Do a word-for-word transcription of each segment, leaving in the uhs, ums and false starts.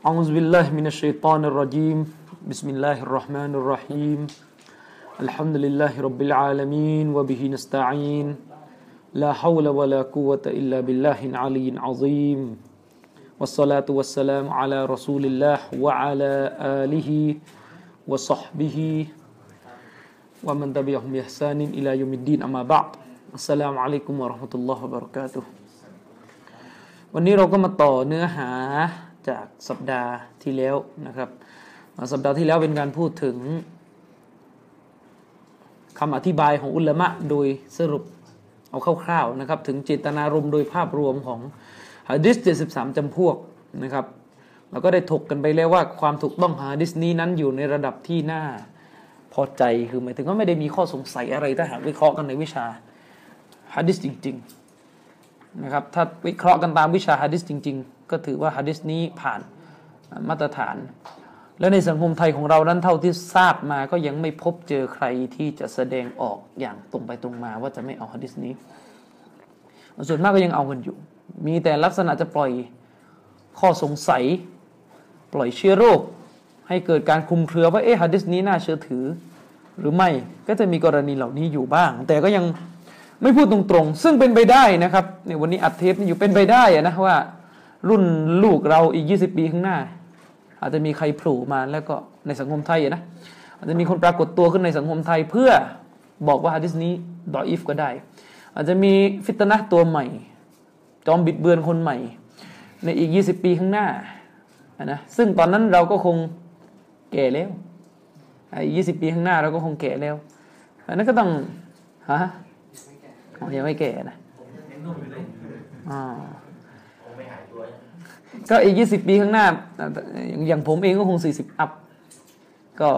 أعوذ بالله من الشيطان الرجيم بسم الله الرحمن الرحيم الحمد لله رب العالمين وبه نستعين لا حول ولا قوة إلا بالله العلي العظيم والصلاة والسلام على رسول الله وعلى آله وصحبه ومن تبعهم بإحسان إلى يوم الدين أما بعد السلام عليكم ورحمة الله وبركاته วันนี้เราก็มาต่อเนื้อหาจากสัปดาห์ที่แล้วนะครับสัปดาห์ที่แล้วเป็นการพูดถึงคำอธิบายของอุลามะโดยสรุปเอาคร่าวๆนะครับถึงเจตนารมณ์โดยภาพรวมของหะดีษเจ็ดสิบสามจำพวกนะครับเราก็ได้ถกกันไปแล้วว่าความถูกต้องของหะดีษนี้นั้นอยู่ในระดับที่น่าพอใจคือหมายถึงว่าไม่ได้มีข้อสงสัยอะไรถ้าหากวิเคราะห์กันในวิชาหะดีษจริงๆนะครับถ้าวิเคราะห์กันตามวิชาหะดีษจริงๆก็ถือว่าหะดีษนี้ผ่านมาตรฐานและในสังคมไทยของเรานั้นเท่าที่ทราบมาก็ยังไม่พบเจอใครที่จะแสดงออกอย่างตรงไปตรงมาว่าจะไม่เอาหะดีษนี้ส่วนมากก็ยังเอากันอยู่มีแต่ลักษณะจะปล่อยข้อสงสัยปล่อยเชื้อโรคให้เกิดการคลุมเครือว่าเอ๊ะหะดีษนี้น่าเชื่อถือหรือไม่ก็จะมีกรณีเหล่านี้อยู่บ้างแต่ก็ยังไม่พูดตรงๆซึ่งเป็นไปได้นะครับในวันนี้อัดเทปนี่อยู่เป็นไปได้นะว่ารุ่นลูกเราอีกยี่สิบปีข้างหน้าอาจจะมีใครโผล่มาแล้วก็ในสังคมไทยนะอาจจะมีคนปรากฏตัวขึ้นในสังคมไทยเพื่อบอกว่าหะดีษนี้ดออีฟก็ได้อาจจะมีฟิตนะห์ตัวใหม่จอมบิดเบือนคนใหม่ในอีกยี่สิบปีข้างหน้านะซึ่งตอนนั้นเราก็คงแก่แล้วอีกยี่สิบปีข้างหน้าเราก็คงแก่แล้วอันนั้นก็ต้องฮะยังไม่แก่นะอ๋อก็อีกยี่สิบปีข้างหน้าอย่างผมเองก็คงสี่สิบอัพก็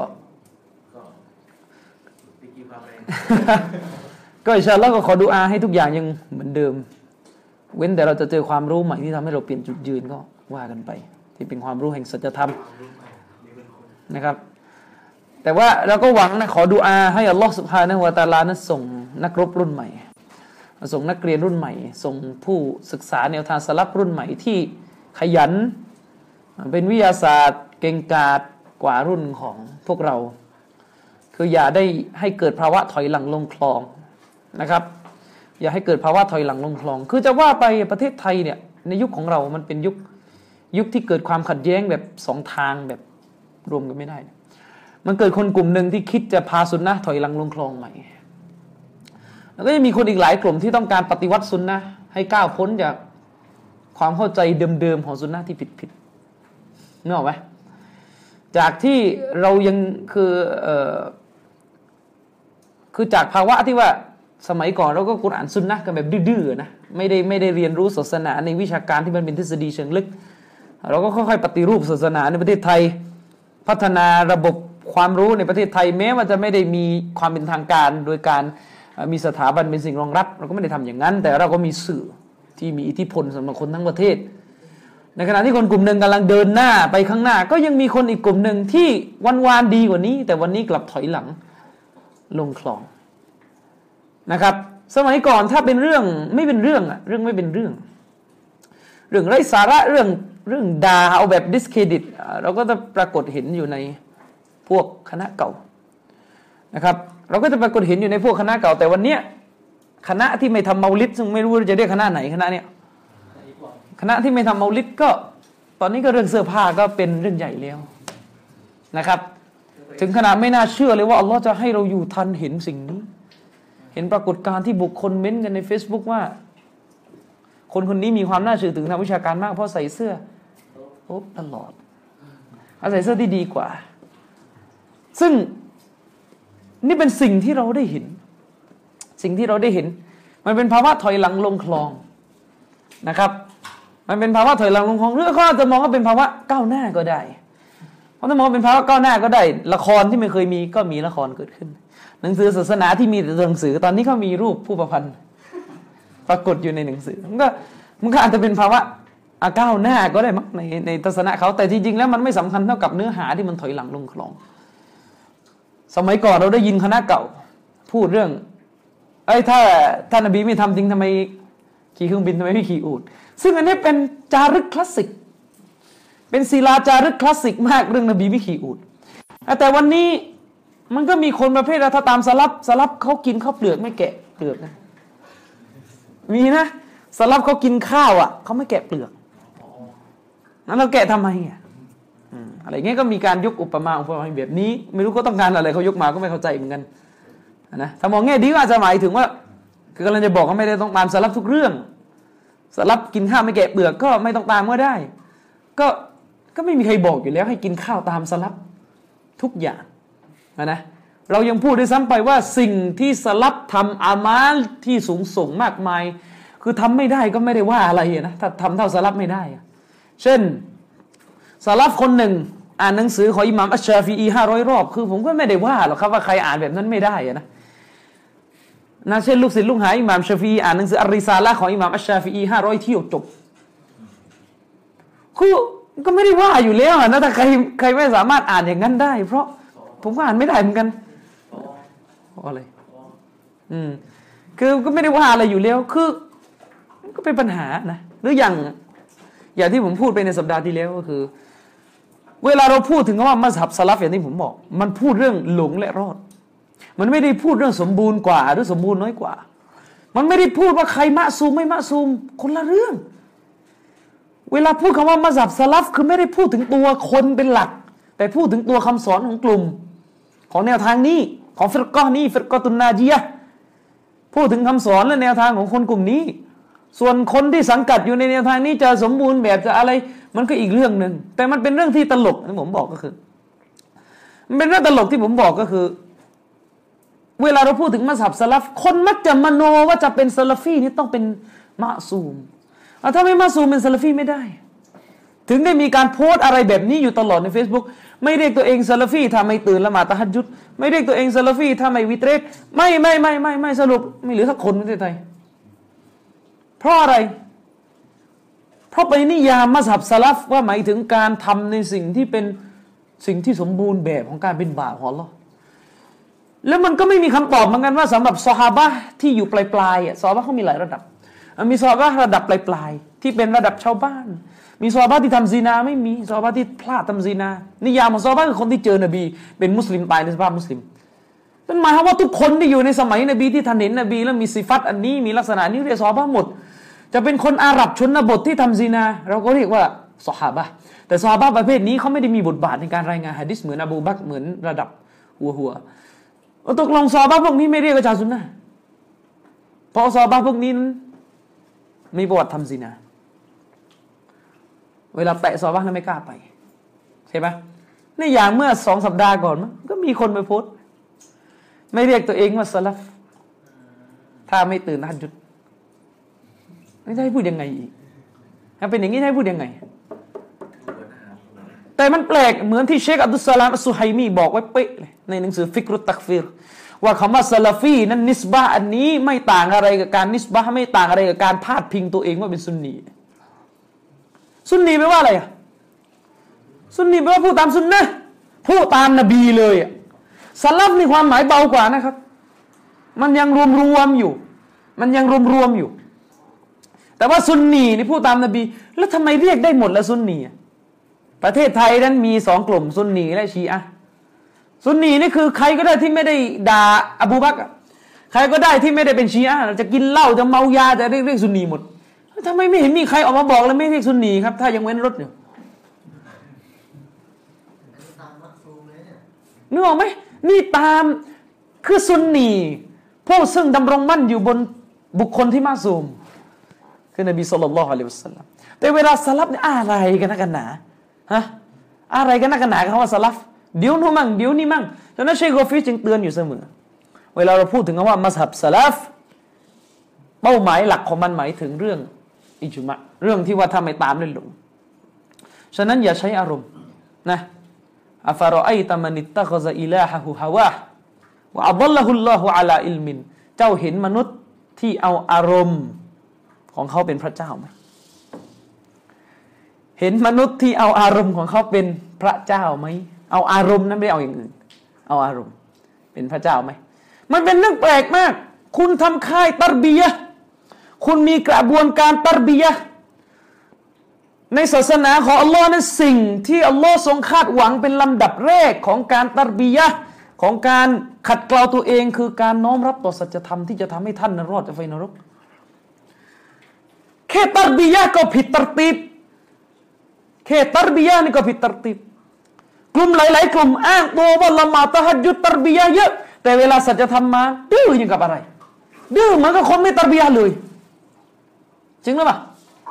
ก็อินชาอัลเลาะห์ก็ขอดุอาให้ทุกอย่างยังเหมือนเดิมเว้นแต่เราจะเจอความรู้ใหม่ที่ทำให้เราเปลี่ยนจุดยืนก็ว่ากันไปที่เป็นความรู้แห่งสัจธรรมนะครับแต่ว่าเราก็หวังนะขอดุอาให้อัลลอฮฺซุบฮานะฮูวะตะอาลานั้นส่งนักรบรุ่นใหม่ส่งนักเรียนรุ่นใหม่ส่งผู้ศึกษาแนวทางสลับรุ่นใหม่ที่ขยันเป็นวิทยาศาสตร์เก่งกาจกว่ารุ่นของพวกเราคืออย่าได้ให้เกิดภาวะถอยหลังลงคลองนะครับอย่าให้เกิดภาวะถอยหลังลงคลองคือจะว่าไปประเทศไทยเนี่ยในยุคของเรามันเป็นยุคยุคที่เกิดความขัดแย้งแบบสองทางแบบรวมกันไม่ได้มันเกิดคนกลุ่มหนึ่งที่คิดจะพาสุนนะถอยหลังลงคลองใหม่แล้วก็ยังมีคนอีกหลายกลุ่มที่ต้องการปฏิวัติสุนนะให้ก้าวพ้นจากความเข้าใจเดิมๆของสุนนะที่ผิดๆนึกออกไหมจากที่เรายังคือเอ่อคือจากภาวะที่ว่าสมัยก่อนเราก็กุรอานสุนนะกันแบบดื้อๆนะไม่ได้ไม่ได้เรียนรู้ศาสนาในวิชาการที่มันเป็นทฤษฎีเชิงลึกเราก็ค่อยๆปฏิรูปศาสนาในประเทศไทยพัฒนาระบบความรู้ในประเทศไทยแม้ว่าจะไม่ได้มีความเป็นทางการโดยการมีสถาบันเป็นสิ่งรองรับเราก็ไม่ได้ทำอย่างนั้นแต่เราก็มีสื่อที่มีอิทธิพลสำหรับคนทั้งประเทศในขณะที่คนกลุ่มหนึ่งกำลังเดินหน้าไปข้างหน้าก็ยังมีคนอีกกลุ่มหนึ่งที่วันวานดีกว่านี้แต่วันนี้กลับถอยหลังลงคลองนะครับสมัยก่อนถ้าเป็นเรื่องไม่เป็นเรื่องอะเรื่องไม่เป็นเรื่องเรื่องไร้สาระเรื่องเรื่องด่าเอาแบบดิสเครดิตเราก็จะปรากฏเห็นอยู่ในพวกคณะเก่านะครับเราก็จะปรากฏเห็นอยู่ในพวกคณะเก่าแต่วันเนี้ยคณะที่ไม่ทำเมาลิดซึ่งไม่รู้จะเรียกคณะไหนคณะเนี้ยคณะที่ไม่ทำเมาลิดก็ตอนนี้ก็เรื่องเสื้อผ้าก็เป็นเรื่องใหญ่แล้วนะครับถึงขนาดไม่น่าเชื่อเลยว่าอัลลอฮ์จะให้เราอยู่ทันเห็นสิ่งนี้เห็นปรากฏการณ์ที่บุคคลเม้นกันใน Facebook ว่าคนคนนี้มีความน่าเชื่อถือทางวิชาการมากเพราะใส่เสื้อโอ๊บตลอดใส่เสื้อที่ดีกว่าซึ่งนี่เป็นสิ่งที่เราได้เห็นสิ่งที่เราได้เห็นมันเป็นภาวะถอยหลังลงคลองนะครับมันเป็นภาวะถอยหลังลงคลองหรือเขาอาจจะมองว่าเป็นภาวะก้าวหน้าก็ได้เพราะถ้ามองเป็นภาวะก้าวหน้าก็ได้ละครที่ไม่เคยมีก็มีละครเกิดขึ้นหนังสือศาสนาที่มีแต่หนังสือตอนนี้ก็มีรูปผู้ประพันธ์ปรากฏอยู่ในหนังสือมันก็มันก็อาจจะเป็นภาวะก้าวหน้าก็ได้มั้งในในทัศนะเขาแต่จริงๆแล้วมันไม่สำคัญเท่ากับเนื้อหาที่มันถอยหลังลงคลองสมัยก่อนเราได้ยินคณะเก่าพูดเรื่องไอ้ถ้าท่านนบีไม่ทำจริงทำไมขี่เครื่องบินทำไมไม่ขี่อูฐซึ่งอันนี้เป็นจารึกคลาสสิกเป็นศิลาจารึกคลาสสิกมากเรื่องนบีไม่ขี่อูฐแต่วันนี้มันก็มีคนประเภทถ้าตามสลับสลับเขากินข้าวเปลือกไม่แกะเปลือกนะมีนะสลับเขากินข้าวอ่ะเขาไม่แกะเปลือกนั้นเราแกะทำไมอ่ะอะไรเงี้ยก็มีการยกอุปมาอุปไมยแบบนี้ไม่รู้เขาต้องการอะไรเขายกมาก็ไม่เข้าใจเหมือนกันนะถ้ามองแง่ดีก็อาจจะหมายถึงว่าคือกำลังจะบอกว่าไม่ได้ต้องตามสลับทุกเรื่องสลับกินข้าวไม่แกะเปลือกก็ไม่ต้องตามก็ได้ก็ก็ไม่มีใครบอกอยู่แล้วให้กินข้าวตามสลับทุกอย่างนะเรายังพูดด้วยซ้ำไปว่าสิ่งที่สลับทำอามาลที่สูงส่งมากมายคือทำไม่ได้ก็ไม่ได้ว่าอะไรนะถ้าทำเท่าสลับไม่ได้เช่นสลับคนหนึ่งอ่านหนังสือของอิหม่ามอัชชาฟีอีห้าร้อยรอบคือผมก็ไม่ได้ว่าหรอกครับว่าใครอ่านแบบนั้นไม่ได้นะนะเช่นลูกศิษย์ลูกหาอิหม่ามชาฟีอีอ่านหนังสืออัรริซาละห์ของอิหม่ามอัชชาฟีอีห้าร้อยเที่ยวจบคือก็ไม่ได้ว่าอยู่แล้วนะถ้าใครใครไม่สามารถอ่านอย่างนั้นได้เพราะผมก็อ่านไม่ได้เหมือนกันเพราะอะไรอืมคือก็ไม่ได้ว่าอะไรอยู่แล้วคือก็เป็นปัญหานะหรืออย่างอย่างที่ผมพูดไปในสัปดาห์ที่แล้วก็คือเวลาเราพูดถึงว่ามัซฮับสลัฟอย่างที่ผมบอกมันพูดเรื่องหลงและรอดมันไม่ได้พูดเรื่องสมบูรณ์กว่าหรือสมบูรณ์น้อยกว่ามันไม่ได้พูดว่าใครมะซูมไม่มะซูมคนละเรื่องเวลาพูดคำว่ามัซฮับสลัฟคือไม่ได้พูดถึงตัวคนเป็นหลักแต่พูดถึงตัวคำสอนของกลุ่มของแนวทางนี้ของฟิรกะห์นี้ฟิรกะตุนนาจียะห์พูดถึงคำสอนและแนวทางของคนกลุ่มนี้ส่วนคนที่สังกัดอยู่ในแนวทางนี้จะสมบูรณ์แบบจะอะไรมันก็อีกเรื่องหนึ่งแต่มันเป็นเรื่องที่ตลกที่ผมบอกก็คือมันเป็นเรื่องตลกที่ผมบอกก็คือเวลาเราพูดถึงมัซฮับสลัฟคนมักจะมโนว่าจะเป็นซะลาฟีนี่ต้องเป็นมะซูมถ้าไม่มะซูมเป็นซะลาฟีไม่ได้ถึงได้มีการโพสต์อะไรแบบนี้อยู่ตลอดใน Facebook ไม่เรียกตัวเองซะลาฟีถ้าไม่ตื่นละหมาดตะฮัจญุดไม่เรียกตัวเองซะลาฟีถ้าไม่วิเตรไม่ไม่ไม่ไม่ไม่สรุปไม่เหลือสักคนในประเทศไทยเพราะอะไรเพราะไปนิยามมัซฮับสลัฟว่าหมายถึงการทำในสิ่งที่เป็นสิ่งที่สมบูรณ์แบบของการเป็นบ่าวของอัลเลาะห์แล้วมันก็ไม่มีคำตอบเหมือนกันว่าสำหรับซอฮาบะห์ที่อยู่ปลายๆอ่ะซอฮาบะห์เขามีหลายระดับมีซอฮาบะห์ระดับปลายๆที่เป็นระดับชาวบ้านมีซอฮาบะห์ที่ทำซินาไม่มีซอฮาบะห์ที่พลาดทำซินานิยามของซอฮาบะห์คือคนที่เจอนบีเป็นมุสลิมตายในสภาพมุสลิมนั่นหมายความว่าทุกคนที่อยู่ในสมัยนบีที่ท่านเห็นนบีแล้วมีสิฟัตอันนี้มีลักษณะนี้เรียกซอฮาบะห์หมดจะเป็นคนอาหรับชนบทที่ทำซินาเราก็เรียกว่าซอฮาบะห์แต่ซอฮาบะห์ประเภทนี้เขาไม่ได้มีบทบาทในการรายงานหะดีษเหมือนอบูบักรเหมือนระดับหัวหัวตกลงซอฮาบะห์พวกนี้ไม่เรียกว่าชาวซุนนะห์เพราะซอฮาบะห์พวกนี้มีประวัติทำซินาเวลาแตะซอฮาบะห์นั้นไม่กล้าไปใช่ปะนี่อย่างเมื่อสองสัปดาห์ก่อนมั้งก็มีคนไปโพสต์ไม่เรียกตัวเองว่าซะลัฟถ้าไม่ตื่นตะฮัจญุดไม่ได้พูดยังไงอีกถ้าเป็นอย่างนี้ให้พูดยังไงแต่มันแปลกเหมือนที่เชคอับดุลสลามอัสซุไฮมีบอกไว้เป๊ะเลยในหนังสือฟิกรุตตักฟิรว่าคำว่าซะลาฟีนั้นนิสบะห์อันนี้ไม่ต่างอะไรกับการนิสบะห์ไม่ต่างอะไรกับการพาดพิงตัวเองว่าเป็นซุนนีซุนนีแปลว่าอะไรอ่ะซุนนีแปลว่าผู้ตามซุนนะห์ผู้ตามนบีเลยอ่ะซะลัฟมีความหมายเบากว่านะครับมันยังรวมๆอยู่มันยังรวมๆอยู่แต่ว่าซุนนีนี่ผู้ตามนบีแล้วทำไมเรียกได้หมดละซุนนีประเทศไทยนั้นมีสองกลุ่มซุนนีและชีอะห์ซุนนีนี่คือใครก็ได้ที่ไม่ได้ด่าอบูบักรใครก็ได้ที่ไม่ได้เป็นชีอะห์จะกินเหล้าจะเมายาจะเรียกเรียกซุนนีหมดทำไมไม่เห็นมีใครออกมาบอกเลยไม่เรียกซุนนีครับถ้ายังเว้นรถอยู่นึกออกไหมนี่ตามคือซุนนีผู้ซึ่งดำรงมั่นอยู่บนบุคคลที่มาซูมคือนบีศ็อลลัลลอฮุอะลัยฮิวะซัลลัมแต่เวลาสลับนี่อะไรกันนักกันหนาฮะอะไรกันนักกันหนาคำว่าสลับเดี๋ยวนู้นมั่งเดี๋ยวนี้มั่งฉะนั้นเชคกอฟีจึงเตือนอยู่เสมอเวลาเราพูดถึงคำว่ามัซฮับสลัฟเป้าหมายหลักของมันหมายถึงเรื่องอิจมะเรื่องที่ว่าถ้าไม่ตามเล่นหลงฉะนั้นอย่าใช้อารมณ์นะอัฟารอไอตะมันิตตะกะซะอิลาฮะฮูฮาวะวะอัฎัลละฮุลลอฮุอะลาอิลมินเจ้าเห็นมนุษย์ที่เอาอารมณ์ของเขาเป็นพระเจ้าไหมเห็นมนุษย์ที่เอาอารมณ์ของเขาเป็นพระเจ้าไหมเอาอารมณ์นั้นไม่ได้เอาอย่างอื่นเอาอารมณ์เป็นพระเจ้าไหมมันเป็นเรื่องแปลกมากคุณทำค่ายตัรบียะห์คุณมีกระบวนการตัรบียะห์ในศาสนาของอัลลอฮ์นั้นสิ่งที่อัลลอฮ์ทรงคาดหวังเป็นลำดับแรกของการตัรบียะห์ของการขัดเกลาตัวเองคือการน้อมรับต่อสัจธรรมที่จะทำให้ท่านนั้นรอดจากไฟนรกแค่ตัรบียะห์ก็ผิดตัรตีบแค่ตัรบียะห์นี่ก็ผิดตัรตีบกลุ่มหลายๆกลุ่มอ้างตัวว่าละหมาดตะฮัจญุดตัรบียะห์เยอะแต่เวลาสัจธรรมมาดื้ออย่างกับอะไรดื้อเหมือนกับคนไม่ตัรบียะห์เลยจริงหรือเปล่า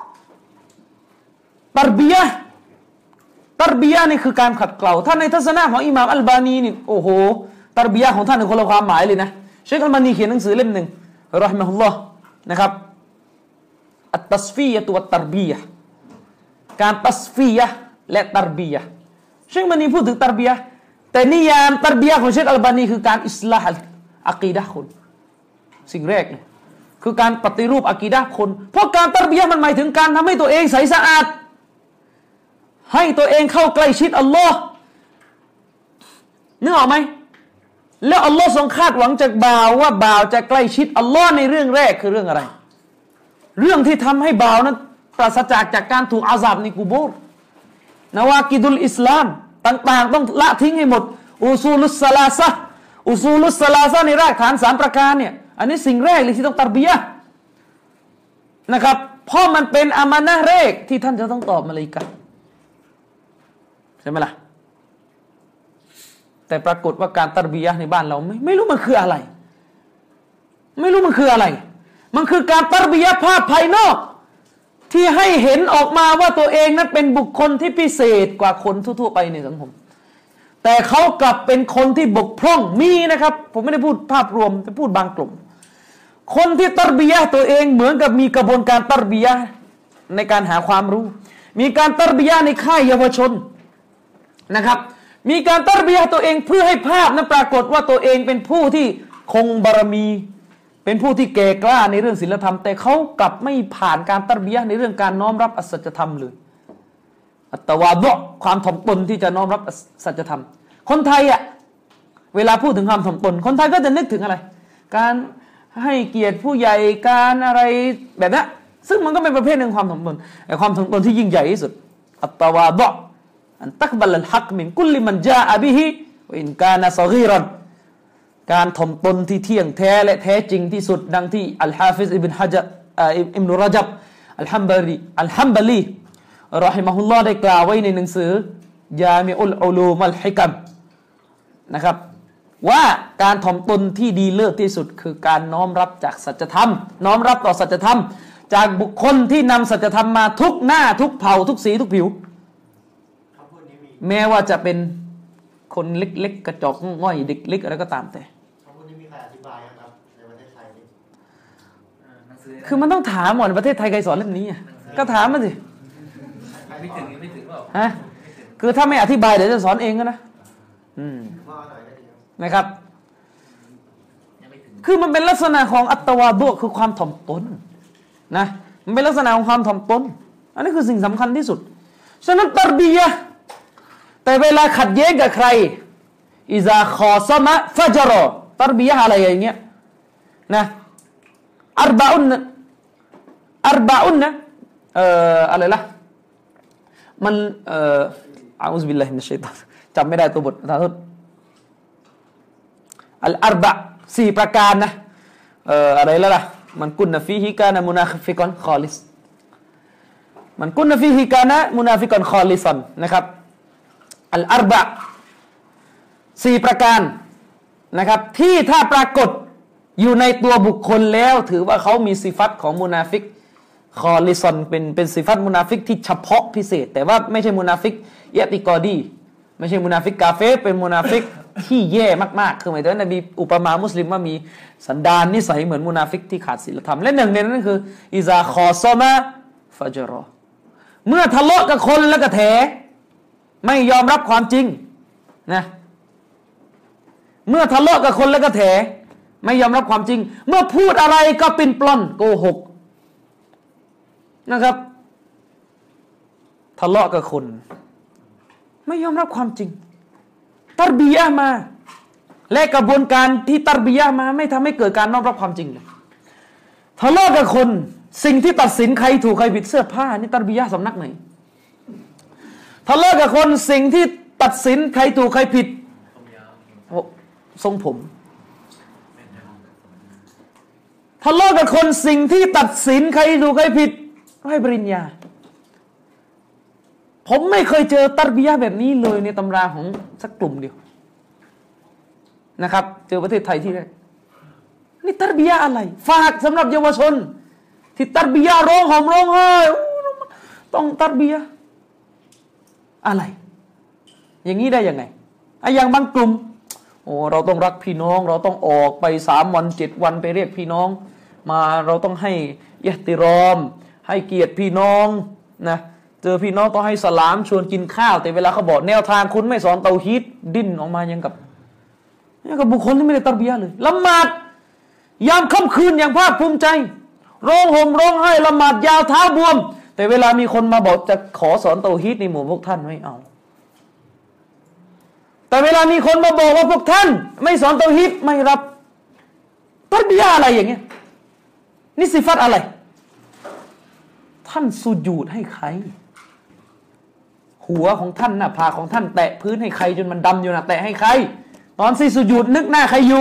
ตัรบียะห์ตัรบียะห์นี่คือการขัดเกลาท่านในทัศนะของอิหม่ามอัลบานีนี่โอ้โหตัรบียะห์ของท่านเป็นคนละความหมายเลยนะเชคอัลบานีเขียนหนังสือเล่มหนึ่งเราะฮิมะฮุลลอฮ์นะครับอัตตัสฟียะตุวัตตัรบียะห์การตัสฟียะห์และตัรบียะห์เชคอัลบานีพูดถึงตัรบียะห์แต่นิยามตัรบียะห์ของเชคอัลบานีคือการอิสลาฮ์อะกีดะห์คนสิ่งแรกเลยคือการปฏิรูปอะกีดะห์คนเพราะการตัรบียะห์มันหมายถึงการทำให้ตัวเองใสสะอาดให้ตัวเองเข้าใกล้ชิดอัลลอฮ์นึกออกไหมแล้วอัลลอฮ์ทรงคาดหวังจากบ่าวว่าบ่าวจะใกล้ชิดอัลลอฮ์ในเรื่องแรกคือเรื่องอะไรเรื่องที่ทำให้บ่าวนั้นปราศจากจากการถูกอาซาบในกุโบร์นาวากิดุลอิสลามต่างๆต้องละทิ้งให้หมดอุซูลุสซะลาซะห์อุซูลุสซะลาซะห์ในรากฐานสามประการเนี่ยอันนี้สิ่งแรกเลยที่ต้องตัรบียะห์นะครับเพราะมันเป็นอามานะห์แรกที่ท่านจะต้องตอบมาเลยกันใช่ไหมล่ะแต่ปรากฏว่าการตัรบียะห์ในบ้านเราไม่ไม่รู้มันคืออะไรไม่รู้มันคืออะไรมันคือการตัรบียะห์ภาพภายนอกที่ให้เห็นออกมาว่าตัวเองนั้นเป็นบุคคลที่พิเศษกว่าคนทั่วๆไปในสังคมแต่เขากลับเป็นคนที่บกพร่องมีนะครับผมไม่ได้พูดภาพรวมแต่พูดบางกลุ่มคนที่ตัรบียะห์ตัวเองเหมือนกับมีกระบวนการตัรบียะห์ในการหาความรู้มีการตัรบียะห์ในค่ายเยาวชนนะครับมีการตัรบียะห์ตัวเองเพื่อให้ภาพนั้นปรากฏว่าตัวเองเป็นผู้ที่คงบารมีเป็นผู้ที่แก่กล้าในเรื่องศีลธรรมแต่เขากลับไม่ผ่านการตัรบียะห์ในเรื่องการน้อมรับอัศจธรรมเลยอัตตะวาดุความถ่อมตนที่จะน้อมรับอัศจธรรมคนไทยอ่ะเวลาพูดถึงความถ่อมตนคนไทยก็จะนึกถึงอะไรการให้เกียรติผู้ใหญ่การอะไรแบบนั้นซึ่งมันก็เป็นประเภทหนึ่งความถ่อมตนแต่ความถ่อมตนที่ยิ่งใหญ่ที่สุดอัตตะวาดุอันตักบัลลัลฮักมินกุลลิมันจาอะบิฮิวะอินกานะศอกีรันการถ่อมตนที่เที่ยงแท้และแท้จริงที่สุดดังที่อัลฮาฟิซอิบนุฮะญัรอิบนุรอญับอัลฮัมบะลีอัลฮัมบะลีเราะฮิมะฮุลลอฮ์ได้กล่าวไว้ในหนังสือยามิอุลอุลูมัลฮิกัมนะครับว่าการถ่อมตนที่ดีเลิศที่สุดคือการน้อมรับจากสัจธรรมน้อมรับต่อสัจธรรมจากบุคคลที่นำสัจธรรมมาทุกหน้าทุกเผ่าทุกสีทุกผิวแม้ว่าจะเป็นคนเล็กๆกระจอกง่อยเด็กเล็กอะไรก็ตามแต่คำพูดนี้มีใครอธิบายครับในประเทศไทยคือมันต้องถามหมดประเทศไทยใครสอนเรื่องนี้ก็ถามมันสิไม่ถึงไม่ถึงหรอกฮะคือถ้าไม่อธิบายเดี๋ยวจะสอนเองก็นะอืมนะครับคือมันเป็นลักษณะของอัตตวาดุคือความถ่อมตนนะมันเป็นลักษณะของความถ่อมตนอันนี้คือสิ่งสำคัญที่สุดฉะนั้นตัรบียะห์แต่เวลาขัดแย้งกับใครอิซาคอซะมะฟะจรอตัรบียะห์อะไรอย่างเงี้ยนะอัรบะอุนอัรบะอุนนะเอ่ออะไรล่ะมันเอ่ออะอูซบิลลาฮิมินัชชัยฏอนจำไม่ได้ตัวบทขอโทษอัลอัรบะสี่ประการนะเอ่ออะไรแล้วล่ะมันกุนนะฟีฮิกานะมุนาฟิกอนคอลิสมันกุนนะฟีฮิกานะมุนาฟิกอนคอลิซันนะครับอัลอัรบะสี่ประการนะครับที่ถ้าปรากฏอยู่ในตัวบุคคลแล้วถือว่าเขามีสิฟัตของมุนาฟิกคอลิซอนเป็นเป็นสิฟัตมุนาฟิกที่เฉพาะพิเศษแต่ว่าไม่ใช่มุนาฟิกอิอ์ติกอดีไม่ใช่มุนาฟิกกาเฟรเป็นมุนาฟิกที่แย่มากๆคือหมายถึงนบีอุปมามุสลิมว่ามีสันดานนิสัยเหมือนมุนาฟิกที่ขาดศีลธรรมและหนึ่งในนั้นคืออิซาคอซอมะฟะจรอเมื่อทะเลาะกับคนแล้วก็แถไม่ยอมรับความจริงนะเมื่อทะเลาะกับคนแล้วก็แถไม่ยอมรับความจริงเมื่อพูดอะไรก็ปิ้นปล้อนโกหกนะครับทะเลาะกับคนไม่ยอมรับความจริงตัรบียะห์มาและกระบวนการที่ตัรบียะห์มาไม่ทำให้เกิดการน้อมรับความจริงเลยทะเลาะกับคนสิ่งที่ตัดสินใครถูกใครผิดเสื้อผ้านี่ตัรบียะห์สำนักไหนทะเลาะกับคนสิ่งที่ตัดสินใครถูกใครผิดทรงผมทะเลาะกับคนสิ่งที่ตัดสินใครถูกใครผิดให้ปริญญาผมไม่เคยเจอตัรบียะห์แบบนี้เลยในตำราของสักกลุ่มเดียวนะครับเจอประเทศไทยที่แรกนี่ตัรบียะห์อะไรฝากสำหรับเยาวชนที่ตัรบียะห์ร้องห่มร้องไห้ต้องตัรบียะห์อะไรอย่างนี้ได้ยังไงไอ้อย่างบางกลุ่มโอ้เราต้องรักพี่น้องเราต้องออกไปสามวันเจ็ดวันไปเรียกพี่น้องมาเราต้องให้อิห์ติรอมให้เกียรติพี่น้องนะเจอพี่น้องต้องให้สลามชวนกินข้าวแต่เวลาเขาบอกแนวทางคุณไม่สอนเตาฮีดดิ้นออกมายังกับยังกับบุคคลที่ไม่ได้ตัรบียะห์เลยละหมาดยามค่ำคืนอย่างภาคภูมิใจร้องห่มร้องไห้ละหมาดยาวเท้าบวมแต่เวลามีคนมาบอกจะขอสอนเตาฮีดในหมู่พวกท่านไม่เอาแต่เวลามีคนมาบอกว่าพวกท่านไม่สอนเตาฮีดไม่รับตัรบียะห์อะไรอย่างเงี้ยนี่สิฟัตอะไรท่านสุญูดให้ใครหัวของท่านหน้าผากของท่านแตะพื้นให้ใครจนมันดำอยู่นะแตะให้ใครตอนที่สุญูดนึกหน้าใครอยู่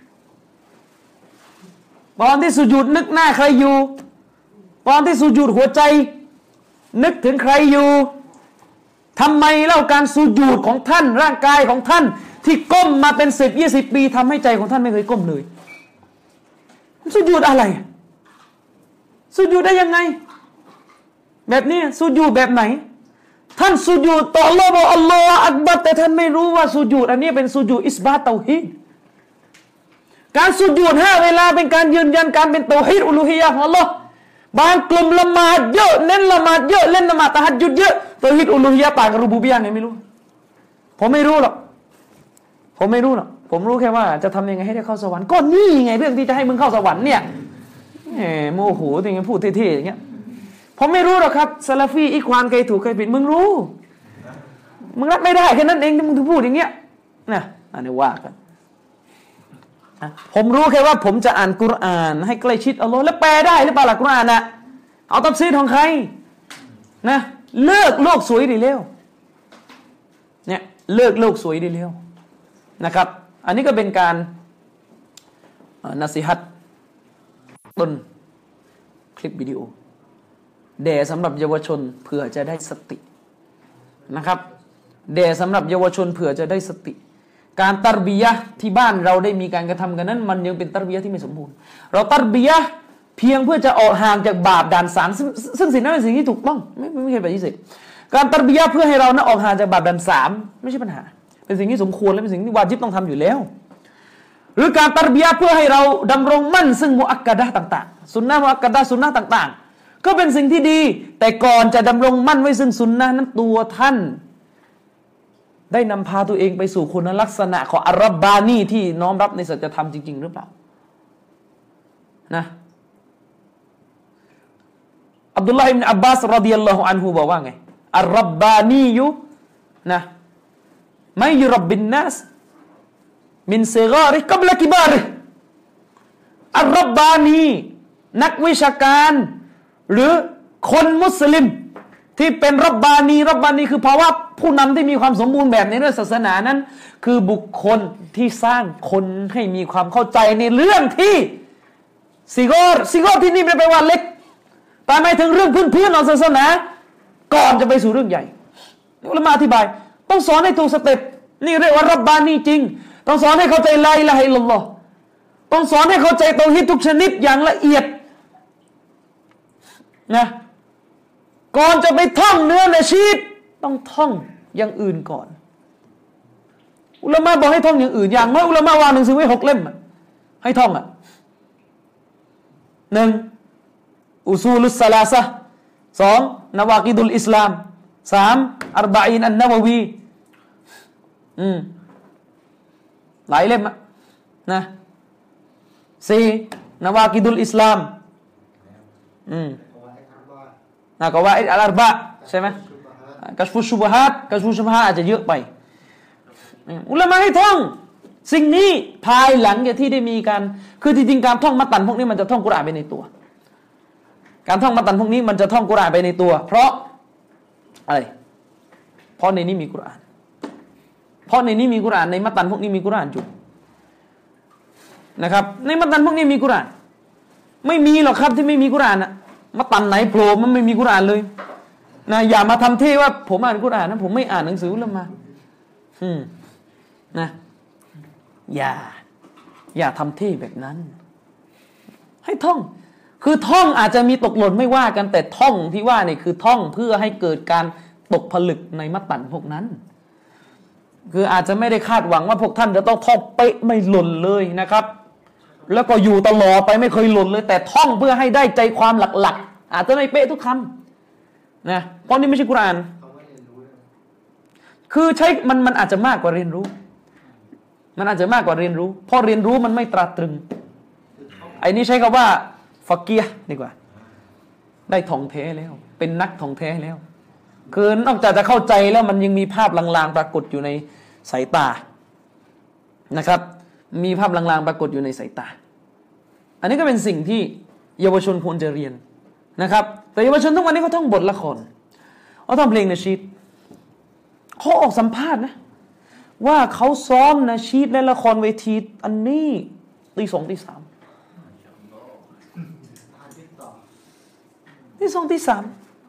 ตอนที่สุญูดนึกหน้าใครอยู่ตอนที่สุญูดหัวใจนึกถึงใครอยู่ทำไมเล่าการสุญูดของท่านร่างกายของท่านที่ก้มมาเป็นสิบยี่สิบปีทำให้ใจของท่านไม่เคยก้มเลยสุญูดอะไรสุญูดได้ยังไงแบบนี้สุญูดแบบไหนท่านสุญูดต่ออัลลอฮ์บอกอัลลอฮ์อักบัรแต่ท่านไม่รู้ว่าสุญูดอันนี้เป็นสุญูดอิสบาตเตาฮีดการสุญูดห้าเวลาเป็นการยืนยันการเป็นเตาฮีดอุลูฮียะห์ของอัลลอฮ์บางกลุ่มละหมาดเยอะเน้นละหมาดเยอะเล่นละหมาดตะฮัจญุดเยอะเตาฮีดอุลูฮียะห์ต่างกับรูบูบิยะห์เนี่ยไม่รู้ผมไม่รู้หรอกผมไม่รู้หรอกผมรู้แค่ว่าจะทำยังไงให้ได้เข้าสวรรค์ก็นี่ไงเรื่องที่จะให้มึงเข้าสวรรค์เนี่ยแหมโมโหจริงๆพูดเท่ๆอย่างเงี้ยผมไม่รู้หรอกครับซาลาฟีอีควานใครถูกใครผิดมึงรู้มึงรับไม่ได้แค่นั้นเองที่มึงถึงพูดอย่างเงี้ยนะอันนี้ว่ากันผมรู้แค่ว่าผมจะอ่านกุรอานให้ใกล้ชิดอัลลอฮ์แล้วแปลได้หรือเปล่าล่ะกุรอานน่ะเอาตัฟซีรของใครนะเลิกโลกสวยดีเร็วเนี่ยเลิกโลกสวยดีเร็วนะครับอันนี้ก็เป็นการนัสิฮัตต้นคลิปวิดีโอแด่สำหรับเยาวชนเผื่อจะได้สตินะครับแด่สำหรับเยาวชนเผื่อจะได้สติการตัรบียะห์ที่บ้านเราได้มีการกระทำกันนั้นมันยังเป็นตัรบียะห์ที่ไม่สมบูรณ์เราตัรบียะห์เพียงเพื่อจะออกห่างจากบาปด่านสามซึ่งซึ่งสิ่งนั้นเป็นสิ่งที่ถูกต้องไม่ไม่ใช่ปฏิเสธการตัรบียะห์เพื่อให้เรานั้นออกห่างจากบาปด่านสามไม่ใช่ปัญหาเป็นสิ่งที่สมควรและเป็นสิ่งที่วาญิบต้องทำอยู่แล้วหรือการตัรบียะห์เพื่อให้เราดำรงมั่นซึ่งมุอักกะดะห์ต่างๆสุนนะมุอักกะดะห์สุนนะต่างๆก็เป็นสิ่งที่ดีแต่ก่อนจะดำรงมั่นไว้ซึ่งสุนนะนั้นตัวท่านได้นำพาตัวเองไปสู่คุณลักษณะของอัรรับบานีที่น้อมรับในสัจธรรมจริงๆหรือเปล่านะอับดุลลาห์อิบนุอับบาสรอฎิยัลลอฮุอันฮุบอกว่าไงอัรรับบานียุนะไม่ยุรับบินนัสมินซิการิกับละกิบาริอัรรับบานีนักวิชาการหรือคนมุสลิมที่เป็นรับบานีรับบานีคือภาวะผู้นำที่มีความสมบูรณ์แบบในเรื่องศาสนานั้นคือบุคคลที่สร้างคนให้มีความเข้าใจในเรื่องที่ซิกอรซิกอรที่นี่ไม่ได้แปลว่าเล็กแต่หมายถึงเรื่องพื้นๆของศาสนาก่อนจะไปสู่เรื่องใหญ่อุลามะอธิบายต้องสอนให้ถูกสเต็ปนี่เรียกว่ารับบานีจริงต้องสอนให้เข้าใจลาอิลาฮะอิลลัลลอฮ์ต้องสอนให้เข้าใจเตาฮีดทุกชนิดอย่างละเอียดนะก่อนจะไปท่องเนื้อในชีตต้องท่องอย่างอื่นก่อนอุลามะบอกให้ท่องอย่างอื่นอย่างน้อยอุลามะวางหนังสือไว้หกเล่มให้ท่องอ่ะหนึ่งอุซูลุสซะลาซะห์สองนาวากิดุลอิสลามสามอัรบะอีนอันนะวะวีอืมหลายเล่มนะสี่นาวากิดุลอิสลามอืมนะก็ว่าอัลอาร์บะใช่ไหมกัชฟุชุบฮาตกัชฟุชุบฮาตอาจจะเยอะไปอุลามะให้ท่องสิ่งนี้ภายหลังจากที่ได้มีการคือจริงๆการท่องมัตตันพวกนี้มันจะท่องกุรอานไปในตัวการท่องมัตตันพวกนี้มันจะท่องกุรอานไปในตัวเพราะอะไรเพราะในนี้มีกุรอานเพราะในนี้มีกุรอานในมัตตันพวกนี้มีกุรอานอยู่นะครับในมัตตันพวกนี้มีกุรอานไม่มีหรอกครับที่ไม่มีกุรอานอะมัตตันไหนโผล่มันไม่มีกุรอานเลยนะอย่ามาทำเท่ว่าผมอ่านกุรอานนะผมไม่อ่านหนังสือละมาอืมนะอย่าอย่าทำเท่แบบนั้นให้ท่องคือท่องอาจจะมีตกหล่นไม่ว่ากันแต่ท่องที่ว่านี่คือท่องเพื่อให้เกิดการตกผลึกในมัตตันพวกนั้นคืออาจจะไม่ได้คาดหวังว่าพวกท่านจะต้องท่องเป๊ะไม่หล่นเลยนะครับแล้วก็อยู่ตลอดไปไม่เคยหล่นเลยแต่ท่องเพื่อให้ได้ใจความหลักๆอาจจะไม่เป๊ะทุกคำนะเพราะนี่ไม่ใช่กุรอานคือใช้มันมันอาจจะมากกว่าเรียนรู้มันอาจจะมากกว่าเรียนรู้เพราะเรียนรู้มันไม่ตราตรึงไอ้นี่ใช้คำว่าฟักเกียดีกว่าได้ท่องแท้แล้วเป็นนักท่องแท้แล้วคือนอกจากจะเข้าใจแล้วมันยังมีภาพลางๆปรากฏอยู่ในสายตานะครับมีภาพลางๆปรากฏอยู่ในสายตาอันนี้ก็เป็นสิ่งที่เยาวชนควรจะเรียนนะครับแต่เยาวชนทุกวันนี้เขาท่องบทละครเขาท่องเพลงนาชีดเขาออกสัมภาษณ์นะว่าเขาซ้อมนาชีดและละครเวทีอันนี้ตีสองตีสามตีสองตีสาม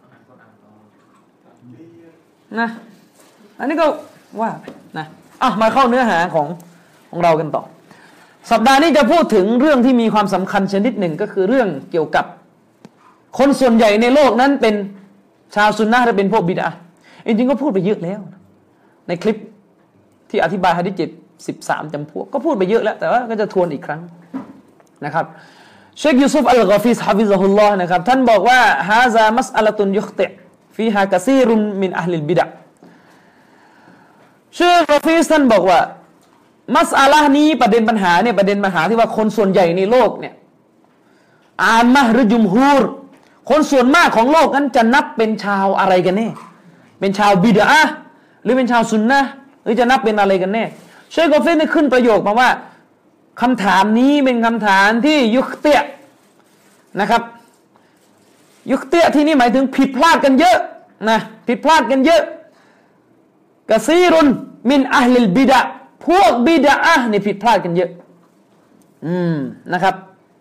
นะอันนี้ก็ว่าไปนะอ่ะมาเข้าเนื้อหาของของเรากันต่อสัปดาห์นี้จะพูดถึงเรื่องที่มีความสำคัญชนิดหนึ่งก็คือเรื่องเกี่ยวกับคนส่วนใหญ่ในโลกนั้นเป็นชาวซุนนะห์หรือเป็นพวกบิดอะห์จริงๆก็พูดไปเยอะแล้วในคลิปที่อธิบายหะดีษเจ็ดสิบสามจำพวกก็พูดไปเยอะแล้วแต่ว่าก็จะทวนอีกครั้งนะครับเชคยูซุฟอัลกอฟิซฮะฟิซะฮุลลอฮ์นะครับท่านบอกว่าฮาซามัสอะละตุนยุคติฟีฮากะซีรุนมินอะห์ลิลบิดะห์เชคกอฟิซท่านบอกว่ามัสอะละห์นี้ประเด็นปัญหาเนี่ยประเด็นปัญหาที่ว่าคนส่วนใหญ่ในโลกเนี่ยอามะห์หรือจุมฮูรคนส่วนมากของโลกนั้นจะนับเป็นชาวอะไรกันแน่เป็นชาวบิดอะห์หรือเป็นชาวซุนนะห์หรือจะนับเป็นอะไรกันแน่เชคกอฟิซได้ขึ้นประโยคมาว่าคำถามนี้เป็นคำถามที่ยุคเตียนะครับยุคเตียที่นี่หมายถึงผิดพลาดกันเยอะนะผิดพลาดกันเยอะกะซีรุนมินอะห์ลิลบิดะห์พวกบิดอะห์นี่ผิดพลาดกันเยอะอืมนะครับ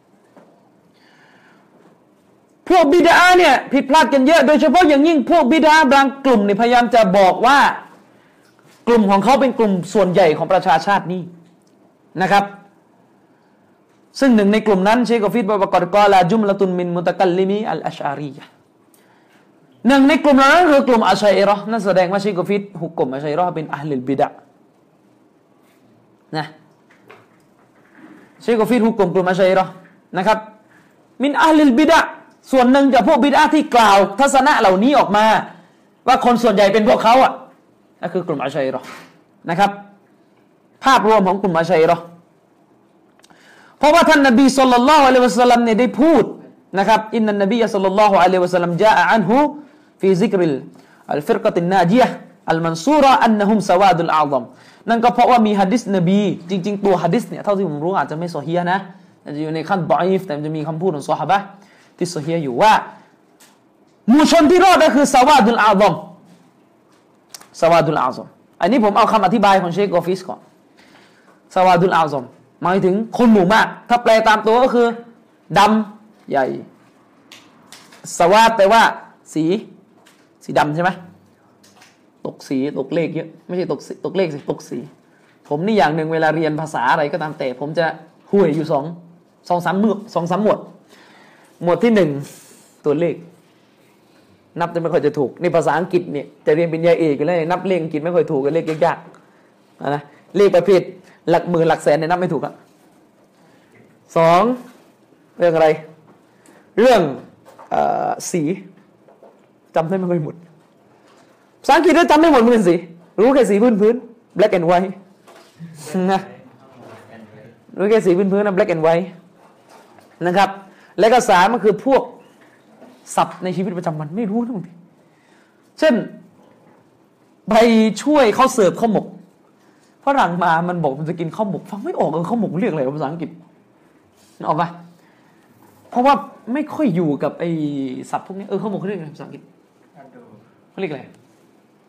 พวกบิดอะห์เนี่ยผิดพลาดกันเยอะโดยเฉพาะอย่างยิ่งพวกบิดอะห์บางกลุ่มเนี่ยพยายามจะบอกว่ากลุ่มของเขาเป็นกลุ่มส่วนใหญ่ของประชาชาตินี้นะครับซึ่งหนึ่งในกลุ่มนั้นเชคกอฟิดบอกว่ากอดกอลาจุมละตุนมินมุตะกัลลิมีอัลอัชอารียะห์หนึ่งในกลุ่มนั้นคือกลุ่มอัชอะอิเราะห์นั่นแสดงว่าเชคกอฟิดหุกกลุ่มอัชอะอิเราะห์เป็นอะห์ลิลบิดะห์นะเชคกอฟิดหุกกลุ่มกลุ่มอัชอะอิเราะห์นะครับมินอะห์ลิลบิดะห์ส่วนหนึ่งจากพวกบิดอะห์ที่กล่าวทัศนะเหล่านี้ออกมาว่าคนส่วนใหญ่เป็นพวกเขาอ่ะนั่นคือกลุ่มอัชอะอิเราะห์นะครับภาพรวมของกลุ่มอัชอะอิเราะห์เพราะว่าท่านนบีศ็อลลัลลอฮุอะลัยฮิวะซัลลัมเนี่ยได้พูดนะครับอินนันนบีศ็อลลัลลอฮุอะลัยฮิวะซัลลัมจาอะอันฮุฟีซิกริลอัลฟิรกะตินนาจิยะฮ์อัลมันซูเราะห์อันนะฮุมซะวาดุลอาซอมนั่นก็เพราะว่ามีหะดีษนบีจริงๆตัวหะดีษเนี่ยเท่าที่ผมรู้อาจจะไม่ซอฮีฮ์นะอาจจะอยู่ในขั้นฎออีฟแต่มันจะมีคำพูดของซอฮาบะห์ที่ซอฮีฮ์อยู่ว่าหมู่ชนที่รอดก็คือซะวาดุลอาซอมซะวาดุลอาซอมอันนี้ผมเอาคำอธิบายของเชคกอฟิซก่อนซะวาดุลอาซอมหมายถึงคนหมู่มากถ้าแปลตามตัวก็คือดำใหญ่สวาดแปลว่าสีสีดำใช่ไหมตกสีตกเลขเยอะไม่ใช่ตกตกเลขสิตกสีผมนี่อย่างหนึ่งเวลาเรียนภาษาอะไรก็ตามแต่ผมจะห่วยอยู่สองสองสามหมวดสองสามหมวดหมวดที่หนึ่งตัวเลขนับจะไม่ค่อยจะถูกในภาษาอังกฤษเนี่ยจะเรียนเป็นยาเอกกันเลยนับเลขอังกฤษไม่ค่อยถูกกันเลขยากๆนะเลขประเภทหลักหมื่นหลักแสนเนี่ยนับไม่ถูกอะสองเรื่องอะไรเรื่องเอ่อสีจำได้ไม่ค่อยหมดภาษาอังกฤษก็จำไม่หมดมันเป็นสีรู้แค่สีพื้นพื้น black and white นะรู้แค่สีพื้นพื้นนะ black and white นะครับและก็สามก็คือพวกศัพท์ในชีวิตประจำวันไม่รู้นะบางทีเช่นไปช่วยเขาเสิร์ฟข้าวหมกฝรั่งมามันบอกมันจะกินข้าวหมกฟังไม่ออกเออข้าวหมกเรียกอะไรภาษาอังกฤษออกปะเพราะว่าไม่ค่อยอยู่กับไอ้ศัพท์พวกนี้เออข้าวหมกเขาเรียกอะไรภาษาอังกฤษเขาเรียกอะไร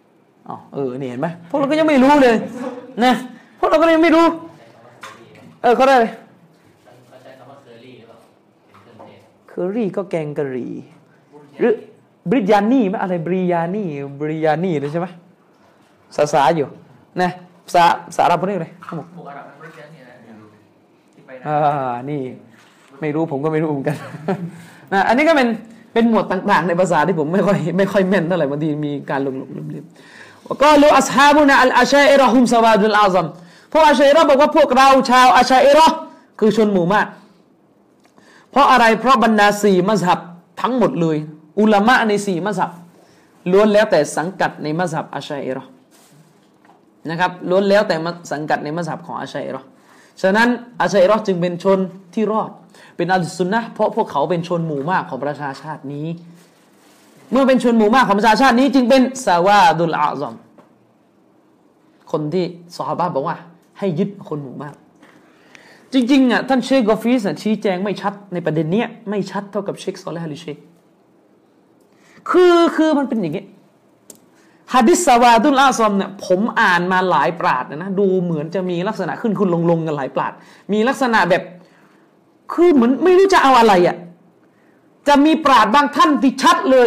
อ๋อเออนี่เห็นไหมพวกเราก็ยังไม่รู้เลยนะพวกเราก็ยังไม่รู้เออเขาได้เขาใช้คำว่าเคอรี่หรือเปล่าเป็นเครื่องเทศเคอรี่ก็แกงกะหรี่หรือบริยานี่ไหมอะไรบริยานี่บริยานี่เลยใช่ไหมภาษาอยู่นะภาษาภาษาอาหรับพวกนี้เลยทั้งหมดหมู่อาหรับมันบริการนี่นะที่ไปนะอ่านี่ไม่รู้ผมก็ไม่รู้เหมือนกันนะอันนี้ก็เป็นเป็นหมวดต่างๆในภาษาที่ผมไม่ค่อยไม่ค่อยแม่นเท่าไหร่บางทีมีการลงๆลืมๆก็ลูอัศฮาบุนะอัลอาชัยเราะฮุมซะวาดุลอาซัมพวกอาชัยเราะห์บอกว่าพวกเราชาวอาชัยเราะห์คือชนหมู่มากเพราะอะไรเพราะบรรดาสี่มัซฮับทั้งหมดเลยอุลามะในสี่มัซฮับล้วนแล้วแต่สังกัดในมัซฮับอาชัยเราะห์นะครับล้วนแล้วแต่สังกัดในมัซฮับของอาชัยเราะห์ฉะนั้นอาชัยเราะห์จึงเป็นชนที่รอดเป็นอัลซุนนะห์เพราะพวกเขาเป็นชนหมู่มากของประชาชาตินี้เมื่อเป็นชนหมู่มากของประชาชาตินี้จึงเป็นซาวาดุลอาซัมคนที่ซอฮาบะห์บอกว่าให้ยึดคนหมู่มากจริงๆอ่ะท่านเชคกอฟีสชี้แจงไม่ชัดในประเด็นเนี้ยไม่ชัดเท่ากับเชคซอเลห์ อัลเชคคือคือมันเป็นอย่างงี้หะดีษซาวาดุลอาซัมเนี่ยผมอ่านมาหลายปราชญ์นะดูเหมือนจะมีลักษณะขึ้นขึ้นลงลงกันหลายปราชญ์มีลักษณะแบบคือเหมือนไม่รู้จะเอาอะไรอ่ะจะมีปราชญ์บางท่านที่ชัดเลย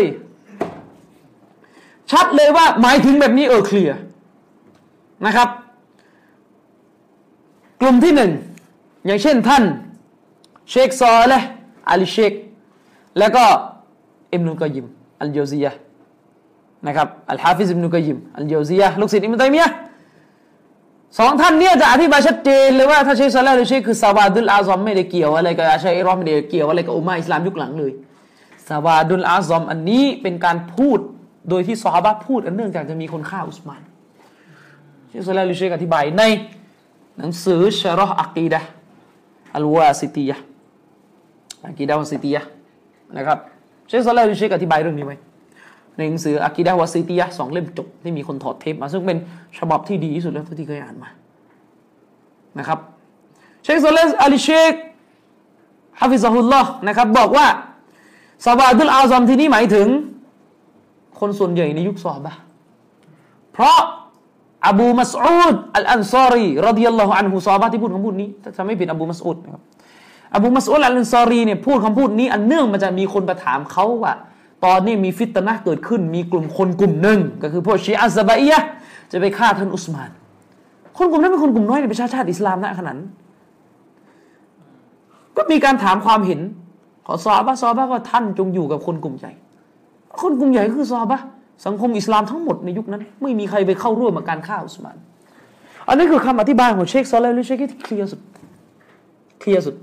ชัดเลยว่าหมายถึงแบบนี้เออเคลียร์นะครับกลุ่มที่หนึ่งอย่างเช่นท่านเชคซอเลห์ อัลเชคแล้วก็อิบนุลกอยยิมอัลญาวซียะห์นะครับอัลฮาฟิซอิบนุลกอยยิมอัลญาวซียะห์ลูกศิษย์อิบนุตัยมียะห์สองท่านเนี่ยจะอธิบายชัดเจนเลยว่าถ้าเชคซอเลห์ อัลเชคคือซาวาดุลอาซัมไม่ได้เกี่ยวอะไรกับอาชัยเราะห์ไม่ได้เกี่ยวอะไรกับอุมมะฮ์อิสลามยุคหลังเลยซาวาดุลอาซัมอันนี้เป็นการพูดโดยที่ซอฮาบะห์พูดอันเนื่องจากจะมีคนฆ่าอุสมานเชคซอเลห์ อัลเชคอธิบายในหนังสือชะเราะห์อะกีดะห์อัลวาซิตียะห์อะกีดะห์วาซิตียะห์นะครับเชคซอเลห์ อัลเชคอธิบายเรื่องนี้ไว้ในหนังสืออะกีดะห์วาซิตียะห์สองเล่มจบที่มีคนถอดเทปมาซึ่งเป็นฉบับที่ดีที่สุดแล้วที่เคยอ่านมานะครับเชคซอเลห์ อัลเชคฮะฟิซะฮุลลอฮ์นะครับบอกว่าซาวาดุลอาซัมที่นี้หมายถึงคนส่วนใหญ่ในยุคซอฮาบะห์เพราะอบูมัสอูดอัลอันซอรีรอฎิยัลลอฮุอันฮุซอฮาบะห์ที่พูดคำพูดนี้ถ้าไม่ผิดอบูมัสอูดนะครับอบูมัสอูดอัลอันซอรีเนี่ยพูดคำพูดนี้อันเนื่องมาจากมีคนมาถามเขาว่าตอนนี้มีฟิตนะห์เกิดขึ้นมีกลุ่มคนกลุ่มหนึ่งก็คือพวกชีอะห์ซะบะอียะห์จะไปฆ่าท่านอุสมานคนกลุ่มนั้นเป็นคนกลุ่มน้อยในประชาชาติอิสลามนะขนาดนั้นก็มีการถามความเห็นของซอฮาบะห์ซอฮาบะห์ก็ท่านจงอยู่กับคนกลุ่มใหญ่คนกลุ่มใหญ่คือซอฮาบะห์สังคมอิสลามทั้งหมดในยุคนั้นไม่มีใครไปเข้าร่วมกับการฆ่าอุสมานอันนี้คือคำอธิบายของเชคซอเลห์ อัลเชคที่เคลียร์สุดเคลียร์สุด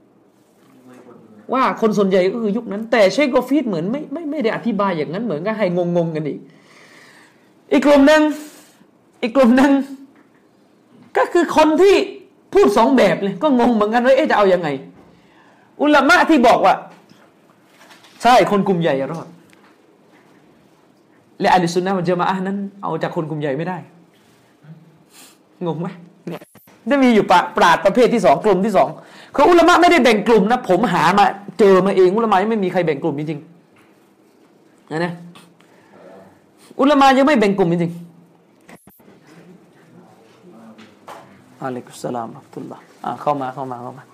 ว่าคนส่วนใหญ่ก็คือยุคนั้นแต่เชคกอฟีดเหมือนไม่ไม่ไม่ได้อธิบายอย่างนั้นเหมือนกับให้งงๆกันอีกอีกกลุ่มนึงอีกกลุ่มนึงก็คือคนที่พูดสองแบบเลยก็งงเหมือนกันว่าเอ๊ะจะเอายังไงอุลามะที่บอกว่าใช่คนกลุ่มใหญ่รอดและอะห์ลุสซุนนะฮ์วัลญะมาอะห์นั้นเอาจากคนกลุ่มใหญ่ไม่ได้งงไหมได้มีอยู่ปราชญ์ประเภทที่สองกลุ่มที่สองคืออุลามะไม่ได้แบ่งกลุ่มนะผมหามาเจอมาเองอุลามะยังไม่มีใครแบ่งกลุ่มจริงๆนะนะอุลามะยังไม่แบ่งกลุ่มจริงๆอะลัยกุสสลามอะลัยกุตุลลอฮ์อ่ะเข้ามาเข้ามาเข้ามา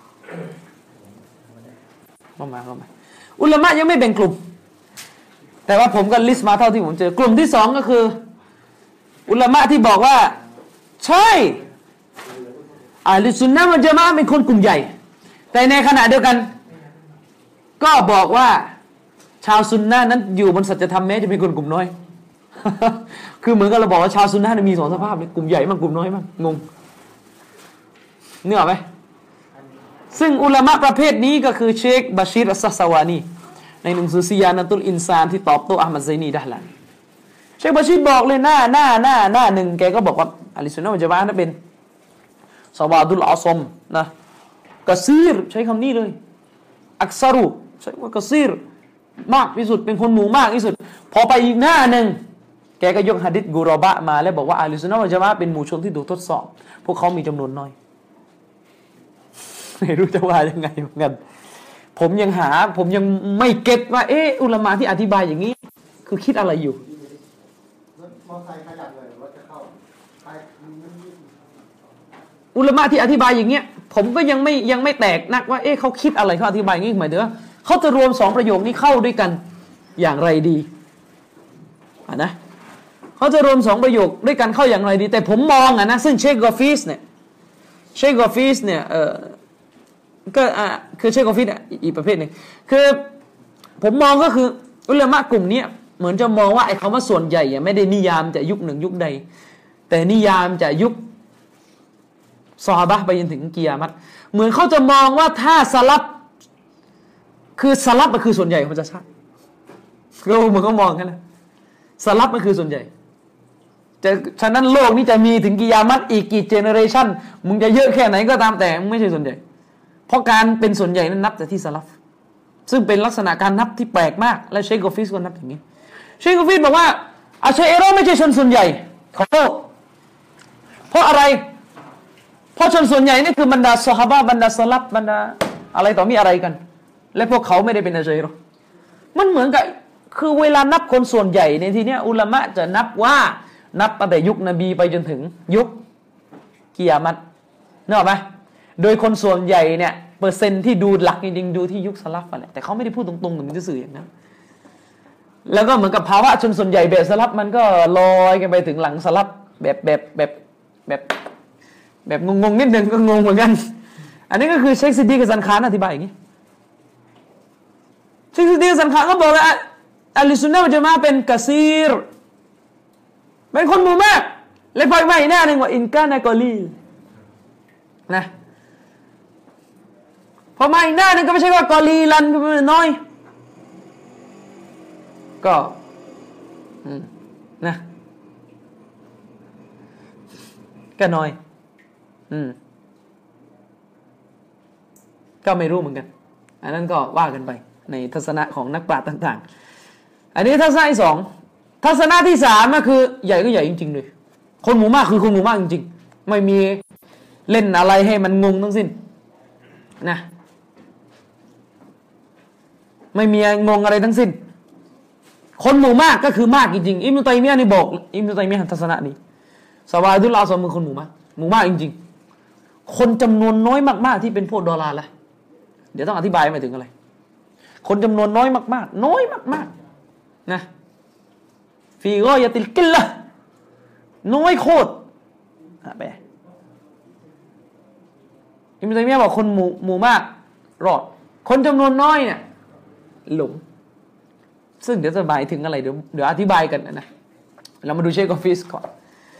เข้ามาเข้ามาอุลามะยังไม่แบ่งกลุ่มแต่ว่าผมก็ลิสต์มาเท่าที่ผมเจอกลุ่มที่สองก็คืออุลามะที่บอกว่าใช่อะห์ลุสซุนนะฮ์วัลญะมาอะห์เป็นคนกลุ่มใหญ่แต่ในขณะเดียวกันก็บอกว่าชาวซุนนะห์นั้นอยู่บนสัจธรรมแม้จะเป็นคนกลุ่มน้อย คือเหมือนกับเราบอกว่าชาวซุนนะห์มีสองสภาพเลยกลุ่มใหญ่มั่งกลุ่มน้อยมั่งงงเนื้อไหมซึ่งอุลามะประเภทนี้ก็คือเชคบาชีร อัสซะซะวานีในหนังสือซิยานะตุลอินซานที่ตอบโต้อะห์มัดไซนีดะฮลันเชคบาชีรบอกเลยหน้าหน้าหน้าหน้าหนึ่งแกก็บอกว่าอะห์ลุสซุนนะฮ์วัลญะมาอะห์นั้นเป็นซะวาดุลอาซัมนะกะซีรใช้คำนี้เลยอักซารุใช้ว่ากะซีรมากที่สุดเป็นคนหมู่มากที่สุดพอไปอีกหน้าหนึ่งแกก็ยกหะดีษกุรอบะมาแล้วบอกว่าอะห์ลุสซุนนะฮ์วัลญะมาอะห์เป็นหมู่ชนที่ถูกทดสอบพวกเขามีจำนวนน้อยไม่รู้จะว่ายังไงเหมือนกันผมยังหาผมยังไม่เก็ตว่าเอออุลามะที่อธิบายอย่างนี้คือคิดอะไรอยู่อไซค์ขยับเลยรถจะเข้าไปอุลามะที่อธิบายอย่างเงี้ยผมก็ยังไม่ยังไม่แตกนักว่าเอ๊ะเขาคิดอะไรเขาอธิบายอย่างงี้หมายถึงว่าเขาจะรวมสองประโยคนี้เข้าด้วยกันอย่างไรดีอ่ะนะเขาจะรวมสองประโยคด้วยกันเข้าอย่างไรดีแต่ผมมองอ่ะนะซึ่งเชคกอฟิสเนี่ยเชคกอฟิสเนี่ยเออก็อ่ะคือเชคกอฟิสอีกประเภทหนึ่งคือผมมองก็คืออุลามะกลุ่มนี้เหมือนจะมองว่าไอ้คำว่าส่วนใหญ่อ่ะไม่ได้นิยามจะยุคหนึ่งยุคใดแต่นิยามจะยุคซอฮาบะห์ไปจนถึงกิยามัตเหมือนเขาจะมองว่าถ้าสลับคือสลับมันคือส่วนใหญ่ของประชาชาติเราเหมือนก็มองกันนะสลับมันคือส่วนใหญ่จะฉะนั้นโลกนี้จะมีถึงกิยามัตอีกกี่เจเนอเรชันมึงจะเยอะแค่ไหนก็ตามแต่มึงไม่ใช่ส่วนใหญ่เพราะการเป็นส่วนใหญ่นั้นนับแต่ที่สลับซึ่งเป็นลักษณะการนับที่แปลกมากและเชคกอฟิสก็นับอย่างนี้เชคกอฟิสบอกว่าอาชัยเอโรไม่ใช่ชนส่วนใหญ่ของโลกเพราะอะไรเพราะชนส่วนใหญ่นี่คือบรรดาซอฮาบะห์บรรดาสลับบรรดาอะไรต่อมีอะไรกันและพวกเขาไม่ได้เป็นอาชัยเอโรมันเหมือนกับคือเวลานับคนส่วนใหญ่ในทีเนี้ยอุลามะจะนับว่านับตั้งแต่ยุคนบีไปจนถึงยุคกิยามัตนึกออกไหมโดยคนส่วนใหญ่เนี่ยเปอร์เซ็นต์ที่ดูหลักจริงๆดูที่ยุคสลับนั่นแหละแต่เขาไม่ได้พูดตรงๆเหมือนจะสื่ออย่างนั้นแล้วก็เหมือนกับภาวะชนส่วนใหญ่แบบสลับมันก็ลอยกันไปถึงหลังสลับแบบแบบแบบแบบแบบงงๆนิดนึงก็งงเหมือนกันอันนี้ก็คือเชคซิดดีกับซันคานอธิบายอย่างนี้เชคซิดดีกับซันคานก็บอกว่าอัลลุซุนนะฮ์วัลญะมาอะฮ์เป็นกะซีรเป็นคนหมู่มากและพอมาอีกหน้าหนึ่งว่าอินกานะกอลีลนะพอมาอีกหน้าหนึ่งก็ไม่ใช่ว่ากอลีลันน้อยก็นะก็น้อยอืมก็ไม่รู้เหมือนกันอันนั้นก็ว่ากันไปในทัศนะของนักปราชญ์ต่างๆอันนี้ทัศนะที่สองทัศนะที่สามก็คือใหญ่ก็ใหญ่จริงๆเลยคนหมู่มากคือคนหมู่มากจริงๆไม่มีเล่นอะไรให้มันงงทั้งสิ้นนะไม่มีงงอะไรทั้งสิ้นคนหมู่มากก็คือมากจริงๆอิบนุตัยมียะห์นี่บอกอิบนุตัยมียะห์ทัศนะนี้ซะวาดุลอาซอมคือคนหมู่มากหมู่มากจริงๆคนจำนวนน้อยมากๆที่เป็นพวกดอลลาร์ละเดี๋ยวต้องอธิบายหมายถึงอะไรคนจำนวนน้อยมากๆน้อยมากๆนะฟีกอยะติลกิลละน้อยโคตรอะไปอิบนุตัยมียะห์บอกคนหมู่หมู่มากรอดคนจำนวนน้อยเนี่ยหลงซึ่งเดี๋ยวจะหมายถึงอะไรเดี๋ยวเดี๋ยวอธิบายกันนะเรามาดูเชคกอฟิสก่อน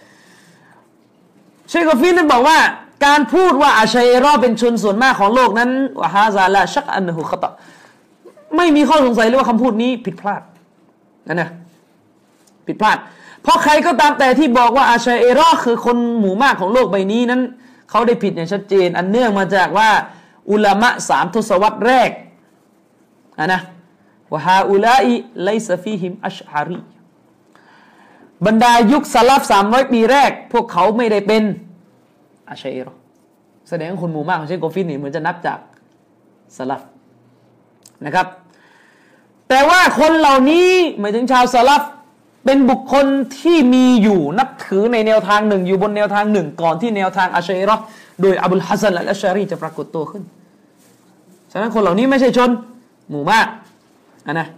เชคกอฟิสนั้นบอกว่าการพูดว่าอาชัยรอเป็นชนส่วนมากของโลกนั้นวะฮาซาละชักอันนะฮูคอตะไม่มีข้อสงสัยเลยว่าคำพูดนี้ผิดพลาดนั่นนะผิดพลาดเพราะใครก็ตามแต่ที่บอกว่าอาชัยรอคือคนหมู่มากของโลกใบนี้นั้นเขาได้ผิดอย่างชัดเจนอันเนื่องมาจากว่าอุลามะสามทศวรรษแรกอ่ะนะวะฮาอุลาอิไลซะฟีฮิมอัชอารีบรรดายุคสลับสามร้อยปีแรกพวกเขาไม่ได้เป็นอาชัยรอแสดงคนหมู่มากของเชคกอฟิสนี่เหมือนจะนับจากสลับนะครับแต่ว่าคนเหล่านี้หมายถึงชาวสลับเป็นบุคคลที่มีอยู่นับถือในแนวทางหนึ่งอยู่บนแนวทางหนึ่งก่อนที่แนวทางอาชัยรอโดยอับุลฮัสซันอัลอัชอารีจะปรากฏตัวขึ้นฉะนั้นคนเหล่านี้ไม่ใช่ชนหมู่มากอันนะ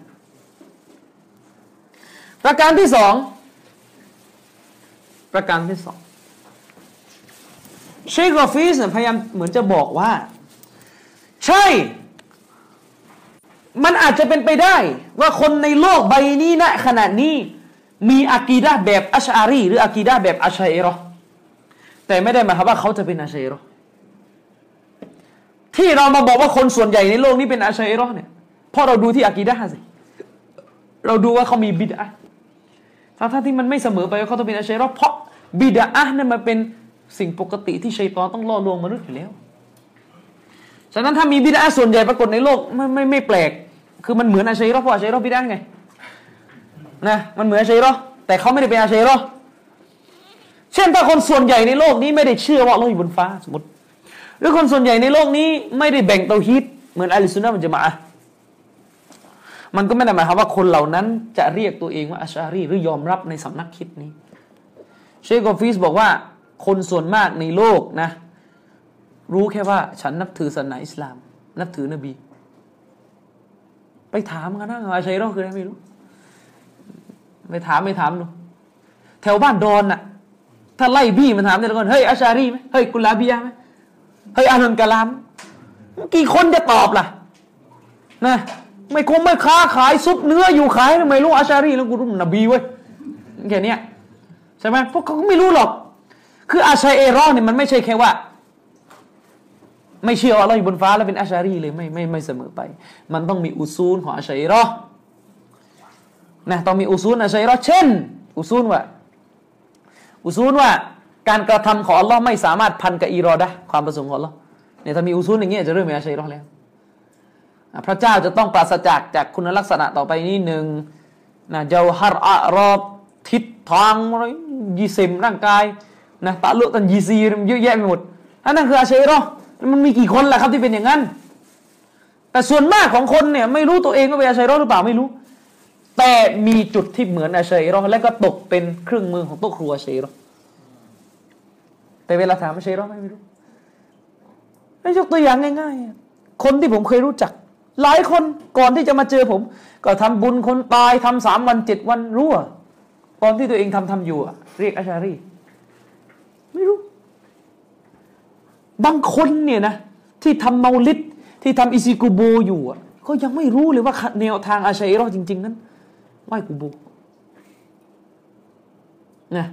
ประการที่สองประการที่สองเชคกอฟิสพยายามเหมือนจะบอกว่าใช่มันอาจจะเป็นไปได้ว่าคนในโลกใบนี้ณขณะนี้มีอากีดะห์แบบอัชอารีหรืออากีดะห์แบบอัชัยรอแต่ไม่ได้หมายความว่าเขาจะเป็นอัชัยรอที่เรามาบอกว่าคนส่วนใหญ่ในโลกนี้เป็นอัชัยรอเนี่ยเพราะเราดูที่อากีดะห์สิเราดูว่าเขามีบิดอะห์ทั้งที่มันไม่เสมอไปว่าเขาต้องเป็นอัชัยรอเพราะบิดอะห์นั่นมันเป็นสิ่งปกติที่ชัยฏอนต้องล่อลวงมนุษย์อยู่แล้วฉะนั้นถ้ามีบิดอะห์ส่วนใหญ่ปรากฏในโลกไม่ไม่ไม่แปลกคือมันเหมือนอัชัยรอเพราะอัชัยรอบิดอะห์ไงนะมันเหมือนอัชัยรอแต่เขาไม่ได้เป็นอัชัยรอเช่นถ้าคนส่วนใหญ่ในโลกนี้ไม่ได้เชื่อว่าอัลเลาะห์อยู่บนฟ้าสมมติหรือคนส่วนใหญ่ในโลกนี้ไม่ได้แบ่งเตาฮีดเหมือนอะห์ลุซุนนะฮ์วัลญะมาอะฮ์มันก็ไม่ได้หมายความว่าคนเหล่านั้นจะเรียกตัวเองว่าอัชอารีหรือยอมรับในสำนักคิดนี้เชคกอฟิสบอกว่าคนส่วนมากในโลกนะรู้แค่ว่าฉันนับถือศาสนาอิสลามนับถือนบีไปถามกันนะอาชัยรอคืออะไรไม่รู้ไปถามไปถามดูแถวบ้านดอนน่ะถ้าไล่บี้มันถามแต่ละคนเฮ้ยอาชารีไหมเฮ้ยกุลาบียะไหมเฮ้ยอานุนกะลามกี่คนจะตอบล่ะนะไม่คงไม่ค้าขายซุปเนื้ออยู่ขายทำไมรู้อาชารีแล้วกูรู้นบีเว้ยแค่นี้ใช่ไหมพวกเขาไม่รู้หรอกคืออาชัยรอเนี่ยมันไม่ใช่แค่ว่าไม่เชื่อว่าอัลเลาะห์อยู่บนฟ้าแล้วเป็นอาชารีเลยไม่ไม่ไม่เสมอไปมันต้องมีอุซูลของอาชัยรอนะต้องมีอุซูลอาชัยรอเช่นอุซูลว่าอุซูลว่าการกระทำของอัลเลาะห์ไม่สามารถพันกับอิรอดะห์ความประสงค์ของอัลเลาะห์เนี่ยถ้ามีอุซูลอย่างเงี้ยจะเริ่มเป็นอาชัยรอแล้วพระเจ้าจะต้องปราศจากจากคุณลักษณะต่อไปนี้หนึ่งนะเจาฮัรอะรอบทิศทางอะไรยีเซมร่างกายนะตะลุตันยีซีเยอะแยะไปหมดอันนั้นคืออาชัยรอมันมีกี่คนล่ะครับที่เป็นอย่างนั้นแต่ส่วนมากของคนเนี่ยไม่รู้ตัวเองว่าเป็นอาชัยรอหรือเปล่าไม่รู้แต่มีจุดที่เหมือนอาชัยรอและก็ตกเป็นเครื่องมือของโต๊ะครัวอาชัยรอแต่เวลาถามอาชัยรอไม่รู้ให้ยกตัวอย่างง่ายๆคนที่ผมเคยรู้จักหลายคนก่อนที่จะมาเจอผมก็ทำบุญคนตายทำสามวันเจ็ดวันรู้อ่ะตอนที่ตัวเองทำทำอยู่เรียกอาชารีไม่รู้บางคนเนี่ยนะที่ทำเมาลิดที่ทำอิซิกุโบอยู่อ่ะก็ยังไม่รู้เลยว่าแนวทางอาชัยรอจริงๆนั้นไหว้กุโบนะ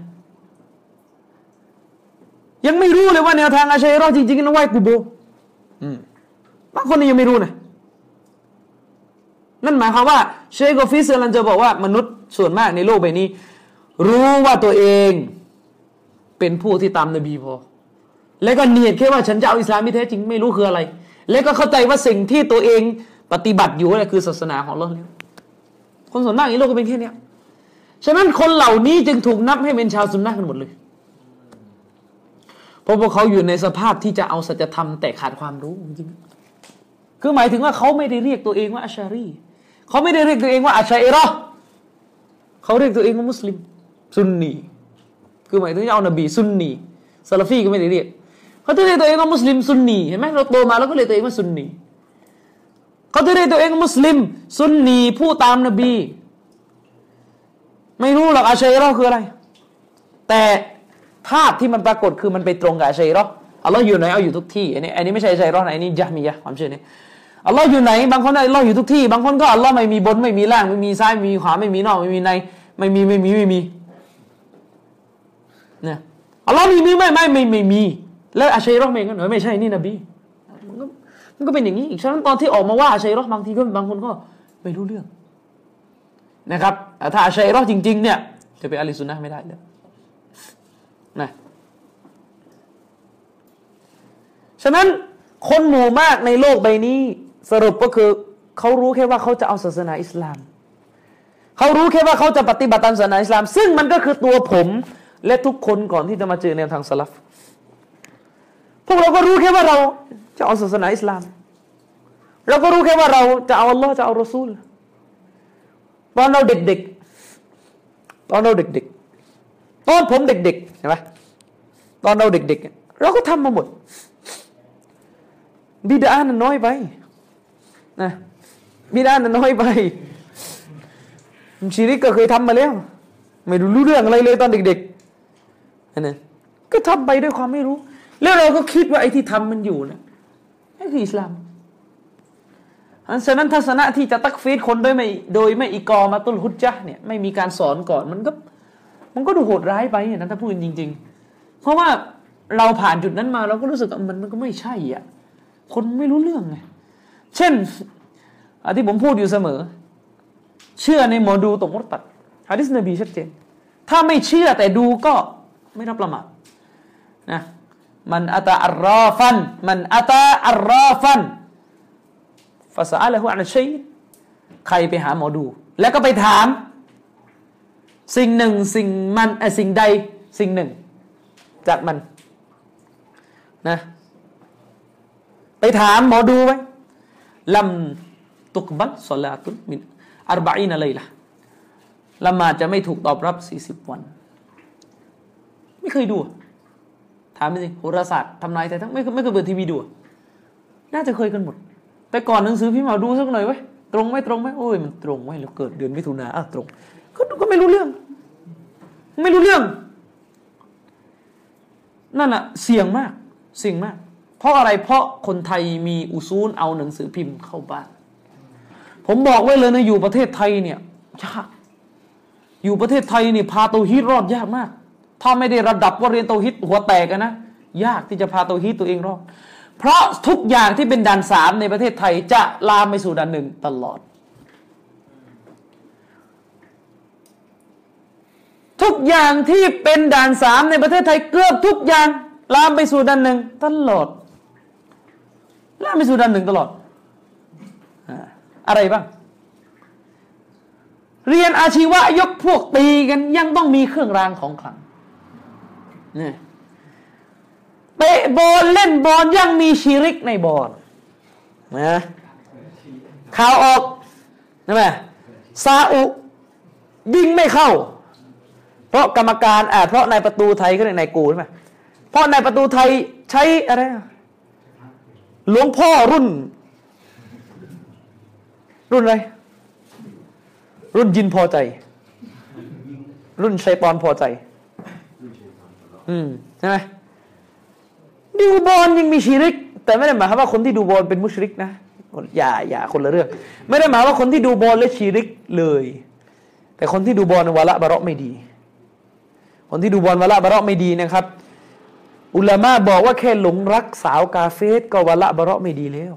ยังไม่รู้เลยว่าแนวทางอาชัยรอจริงๆนั้นไหว้กุโบบางคนนี่ยังไม่รู้นะนั่นหมายความว่าเชคกอฟิสกำลังจะบอกว่ามนุษย์ส่วนมากในโลกใบนี้รู้ว่าตัวเองเป็นผู้ที่ตามนบีพอแล้วก็เนียดแค่ว่าฉันจะเอาอิสลามที่แท้จริงไม่รู้คืออะไรแล้วก็เข้าใจว่าสิ่งที่ตัวเองปฏิบัติอยู่นั่นคือศาสนาของอัลเลาะห์แล้วคนส่วนมากในโลกก็เป็นแค่นี้ฉะนั้นคนเหล่านี้จึงถูกนับให้เป็นชาวซุนนะห์กันหมดเลยเพราะพวกเขาอยู่ในสภาพที่จะเอาสัจธรรมแต่ขาดความรู้จริงๆคือหมายถึงว่าเขาไม่ได้เรียกตัวเองว่าอัชชารีเขาไม่ได้เรียกตัวเองว่าอัชชัยรอเขาเรียกตัวเองว่ามุสลิมซุนนีคือหมายถึงเอานบีซุนนีซาลาฟีก็ไม่ได้เรียกเขาจะเรียกตัวเองว่ามุสลิมซุนนีเห็นไหมเราโตมาแล้วก็เรียกตัวเองว่าซุนนีเขาจะเรียกตัวเองว่ามุสลิมซุนนีผู้ตามนบีไม่รู้หรอกอัชชัยรอคืออะไรแต่ภาพที่มันปรากฏคือมันไปตรงกับอัชชัยรออัลลอฮ์อยู่ไหนเอาอยู่ทุกที่อันนี้อันนี้ไม่ใช่อัชชัยรอนะอันนี้ญะฮ์มียะห์ความเชื่อนี้อัลลอฮ์อยู่ไหนบางคนอัลลอฮ์อยู่ทุกที่บางคนก็อัลลอฮ์ไม่มีบนไม่มีล่างไม่มีซ้ายไม่มีขวาไม่มีนอกไม่มีในไม่มีไม่มีไม่มีเนี่ยอัลลอฮ์มีมีไม่ไม่ไม่ไม่มีแล้วอัชชัยรอห์เองก็เหรอไม่ใช่นี่นบีมันก็มันก็เป็นอย่างนี้อีกฉะนั้นตอนที่ออกมาว่าอัชชัยรอห์บางทีก็บางคนก็ไม่รู้เรื่องนะครับถ้าอัชชัยรอห์จริงๆเนี่ยจะเป็นอะลีซุนนะห์ไม่ได้เลยนะฉะนั้นคนหมู่มากในโลกใบนี้สรุปก็คือเขารู้แค่ว่าเขาจะเอาศาสนาอิสลามเขารู้แค่ว่าเขาจะปฏิบัติตามศาสนาอิสลามซึ่งมันก็คือตัวผมและทุกคนก่อนที่จะมาเจอแนวทางสลัฟพวกเราก็รู้แค่ว่าเราจะเอาศาสนาอิสลามเราก็รู้แค่ว่าเราจะเอาอัลลอฮ์จะเอารอซูลตอนเราเด็กๆตอนเราเด็กๆตอนผมเด็กๆใช่ไหมตอนเราเด็กๆเราก็ทำมาหมดบิดานั้นน้อยไปนะบิดานั้นน้อยไปชีริกก็เคยทำมาแล้วไม่รู้เรื่องอะไรเลยตอนเด็กๆนั่นก็ทำไปด้วยความไม่รู้แล้วเราก็คิดว่าไอ้ที่ทำมันอยู่นะนี่คืออิสลามฉะนั้นทัศนะที่จะตักฟีดคนโดยไม่โดยไม่อิกอมาตุลฮุจญะห์เนี่ยไม่มีการสอนก่อนมันก็มันก็ดูโหดร้ายไปนะถ้าพูดจริงๆเพราะว่าเราผ่านจุดนั้นมาเราก็รู้สึกมันมันก็ไม่ใช่อ่ะคนไม่รู้เรื่องไงเช่นที่ผมพูดอยู่เสมอเชื่อในหมอดูตกมุตตัดหะดีษนบีชัดเจนถ้าไม่เชื่อแต่ดูก็ไม่รับละหมาดนะมันอะตาอัรราฟันมันอะตาอัรราฟันฟะซะอะละฮูอันชัยใครไปหาหมอดูแล้วก็ไปถามสิ่งหนึ่งสิ่งมันไอ้สิ่งใดสิ่งหนึ่งจากมันนะไปถามหมอดูไว้ลัมตุกบัลศอลาตุนมินอัรบะอีนไลละละหมาดจะไม่ถูกตอบรับสี่สิบวันไม่เคยดูถามไปสิโหราศาสตร์ทำนายแต่ทั้งไม่ไม่เคยเปิดทีวีดูน่าจะเคยกันหมดแต่ก่อนหนังสือพิมพ์เอาดูสักหน่อยไว้ตรงไม่ตรงไหมโอ้ยมันตรงไว้แล้วเกิดเดือนมิถุนาอ้าวตรงก็ก็ไม่รู้เรื่องไม่รู้เรื่องนั่นแหะเสี่ยงมากเสี่ยงมากเพราะอะไรเพราะคนไทยมีอุซูลเอาหนังสือพิมพ์เข้าบ้านผมบอกไว้เลยนะอยู่ประเทศไทยเนี่ยยากอยู่ประเทศไทยนี่พาเตาฮีดรอดยากมากถ้าไม่ได้ระดับว่าเรียนเตาฮีดหัวแตกกันนะยากที่จะพาเตาฮีดตัวเองรอดเพราะทุกอย่างที่เป็นด่านสามในประเทศไทยจะลามไปสู่ด่านหนึ่งตลอดทุกอย่างที่เป็นด่านสามในประเทศไทยเกือบทุกอย่างลามไปสู่ด่านหนึ่งตลอดลามไปสู่ด่านหนึ่งตลอดอะไรบ้างเรียนอาชีวะยกพวกตีกันยังต้องมีเครื่องรางของขลังเนี่ยเตะบอลเล่นบอลยังมีชิริกในบอลนะข่าวออกใช่ไหมซาอุยิงไม่เข้าเพราะกรรมการอ่าเพราะนายประตูไทยก็เรียกนายกูใช่ไหมเพราะนายประตูไทยใช้อะไรหลวงพ่อรุ่นรุ่นอะไรรุ่นยินพอใจรุ่นชัยปอนพอใจอืมใช่ไหมดูบอลยังมีชิริกแต่ไม่ได้หมายความว่าคนที่ดูบอลเป็นมุชริกนะอย่าอย่าคนละเรื่องไม่ได้หมายว่าคนที่ดูบอลและชิริกเลยแต่คนที่ดูบอลวะละบะเราะห์ไม่ดีคนที่ดูบอลวะละบะเราะห์ไม่ดีนะครับอุลามะบอกว่าแค่หลงรักสาวกาเฟสก็วะละบะเราะห์ไม่ดีแล้ว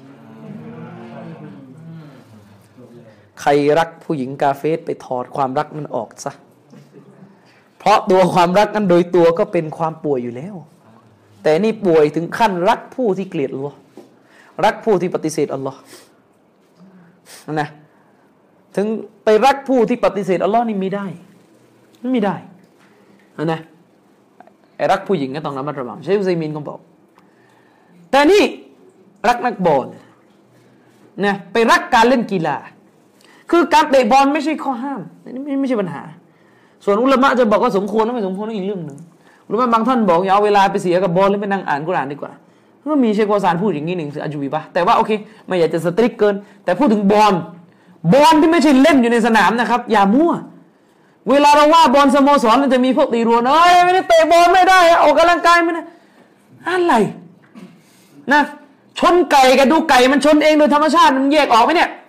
ใครรักผู้หญิงกาเฟสไปถอดความรักมันออกซะเพราะตัวความรักนั้นโดยตัวก็เป็นความป่วยอยู่แล้วแต่นี่ป่วยถึงขั้นรักผู้ที่เกลียดอัลลอฮ์รักผู้ที่ปฏิเสธอัลลอฮ์นะถึงไปรักผู้ที่ปฏิเสธอัลลอฮ์นี่ไม่ได้ไม่ได้นะไอ้รักผู้หญิงก็ต้องระมัดระวังเชคอุซัยมีนก็บอกแต่นี่รักนักบอลนะไปรักการเล่นกีฬาคือการเตะบอลไม่ใช่ข้อห้ามนี่ไม่ใช่ปัญหาส่วนอุลามะจะบอกว่าสมควรหรือไม่สมควรนั่นอีกเรื่องนึงอุลามะบางท่านบอกอย่าเอาเวลาไปเสียกับบอลแล้วไปนั่งอ่านกุรอานดีกว่าก็มีเชควาซานพูดอย่างนี้หนึ่งคืออัจวีบะแต่ว่าโอเคไม่อยากจะสตริกเกินแต่พูดถึงบอลบอลที่ไม่ใช่เล่นอยู่ในสนามนะครับอย่ามั่วเวลาเราว่าบอลสโมสรมันจะมีพวกตีรวนเอ้ยไม่ได้เตะบอลไม่ได้ออกกำลังกายไม่ได้อะไรนะชนไก่กับดูไก่มันชนเองโดยธรรมชาติมันแยกออกไหมเนี่ย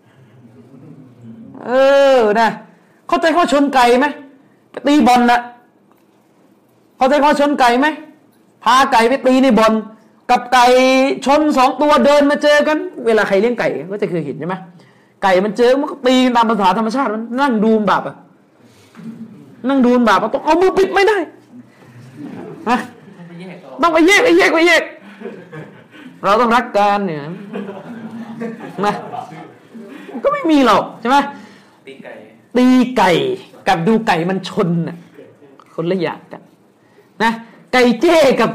เออนะเข้าใจเขาชนไก่ไหมไปตีบอลนะเข้าใจเขาชนไก่ไหมพาไก่ไปตีในบอลกับไก่ชนสองตัวเดินมาเจอกันเวลาใครเลี้ยงไก่ก็จะเคยเห็นใช่ไหมไก่มันเจอมันก็ตีตามภาษาธรรมชาติมันนั่งดูมบาปอะนั่งดูมบาปอะต้องเอามือปิดไม่ได้นะต้องไปแยกไปแยกไปแยกเราต้องรักกันเนี่ยนะก็ไม่มีหรอกใช่ไหมตีไก่ตีไก่กับดูไก่มันชนน่ะคนละอย่างกันนะไก่เจ้กับ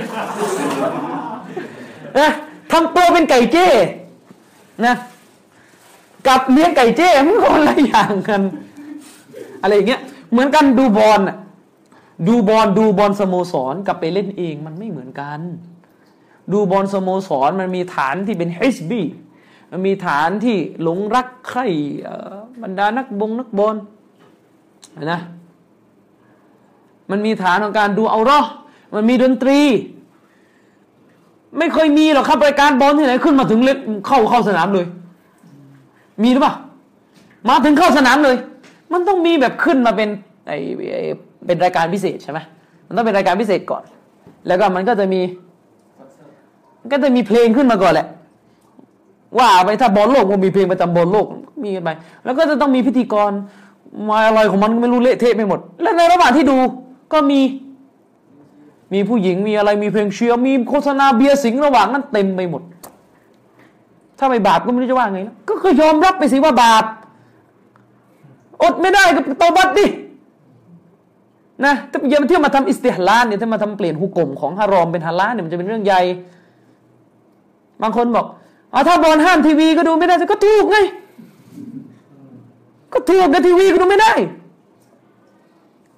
นะทำตัวเป็นไก่เจ้นะกับเลี้ยงไก่เจ้มันคนละอย่างกันอะไรอย่างเงี้ยเหมือนกันดูบอลน่ะดูบอลดูบอลสโมสรกับไปเล่นเองมันไม่เหมือนกันดูบอลสโมสรมันมีฐานที่เป็นฮิซบีมันมีฐานที่หลงรักใคร่บรรดานักบงนักบอลนะมันมีฐานของการดูเอาเราะห์มันมีดนตรีไม่เคยมีหรอกครับรายการบอลที่ไหนขึ้นมาถึงเล่นเข้าเข้าสนามเลยมีหรือเปล่ามาถึงเข้าสนามเลยมันต้องมีแบบขึ้นมาเป็นไอเป็นรายการพิเศษใช่ไหมมันต้องเป็นรายการพิเศษก่อนแล้วก็มันก็จะมีก็จะมีเพลงขึ้นมาก่อนแหละว่าไปถ้าบอลโลกมันมีเพลงประจำบอลโลกมีกันไปแล้วก็จะต้องมีพิธีกรมาอะไรของมันไม่รู้เละเทะไปหมดแล้วในระหว่างที่ดูก็มีมีผู้หญิงมีอะไรมีเพลงเชียร์มีโฆษณาเบียร์สิงห์ระหว่างนั้นเต็มไปหมดถ้าไม่บาปก็ไม่รู้จะว่าไงแล้วก็คือยอมรับไปสิว่าบาปอดไม่ได้ก็ตอบัตดินะถ้าอย่ามาเที่ยวมาทำอิสติฮลาลเนี่ยถ้ามาทำเปลี่ยนฮุกมของฮารอมเป็นฮาลาลเนี่ยมันจะเป็นเรื่องใหญ่บางคนบอกเอาถ้าบอลห้ามทีวีก็ดูไม่ได้ก็ถูกไงก็ถูกกับทีวีก็ดูไม่ได้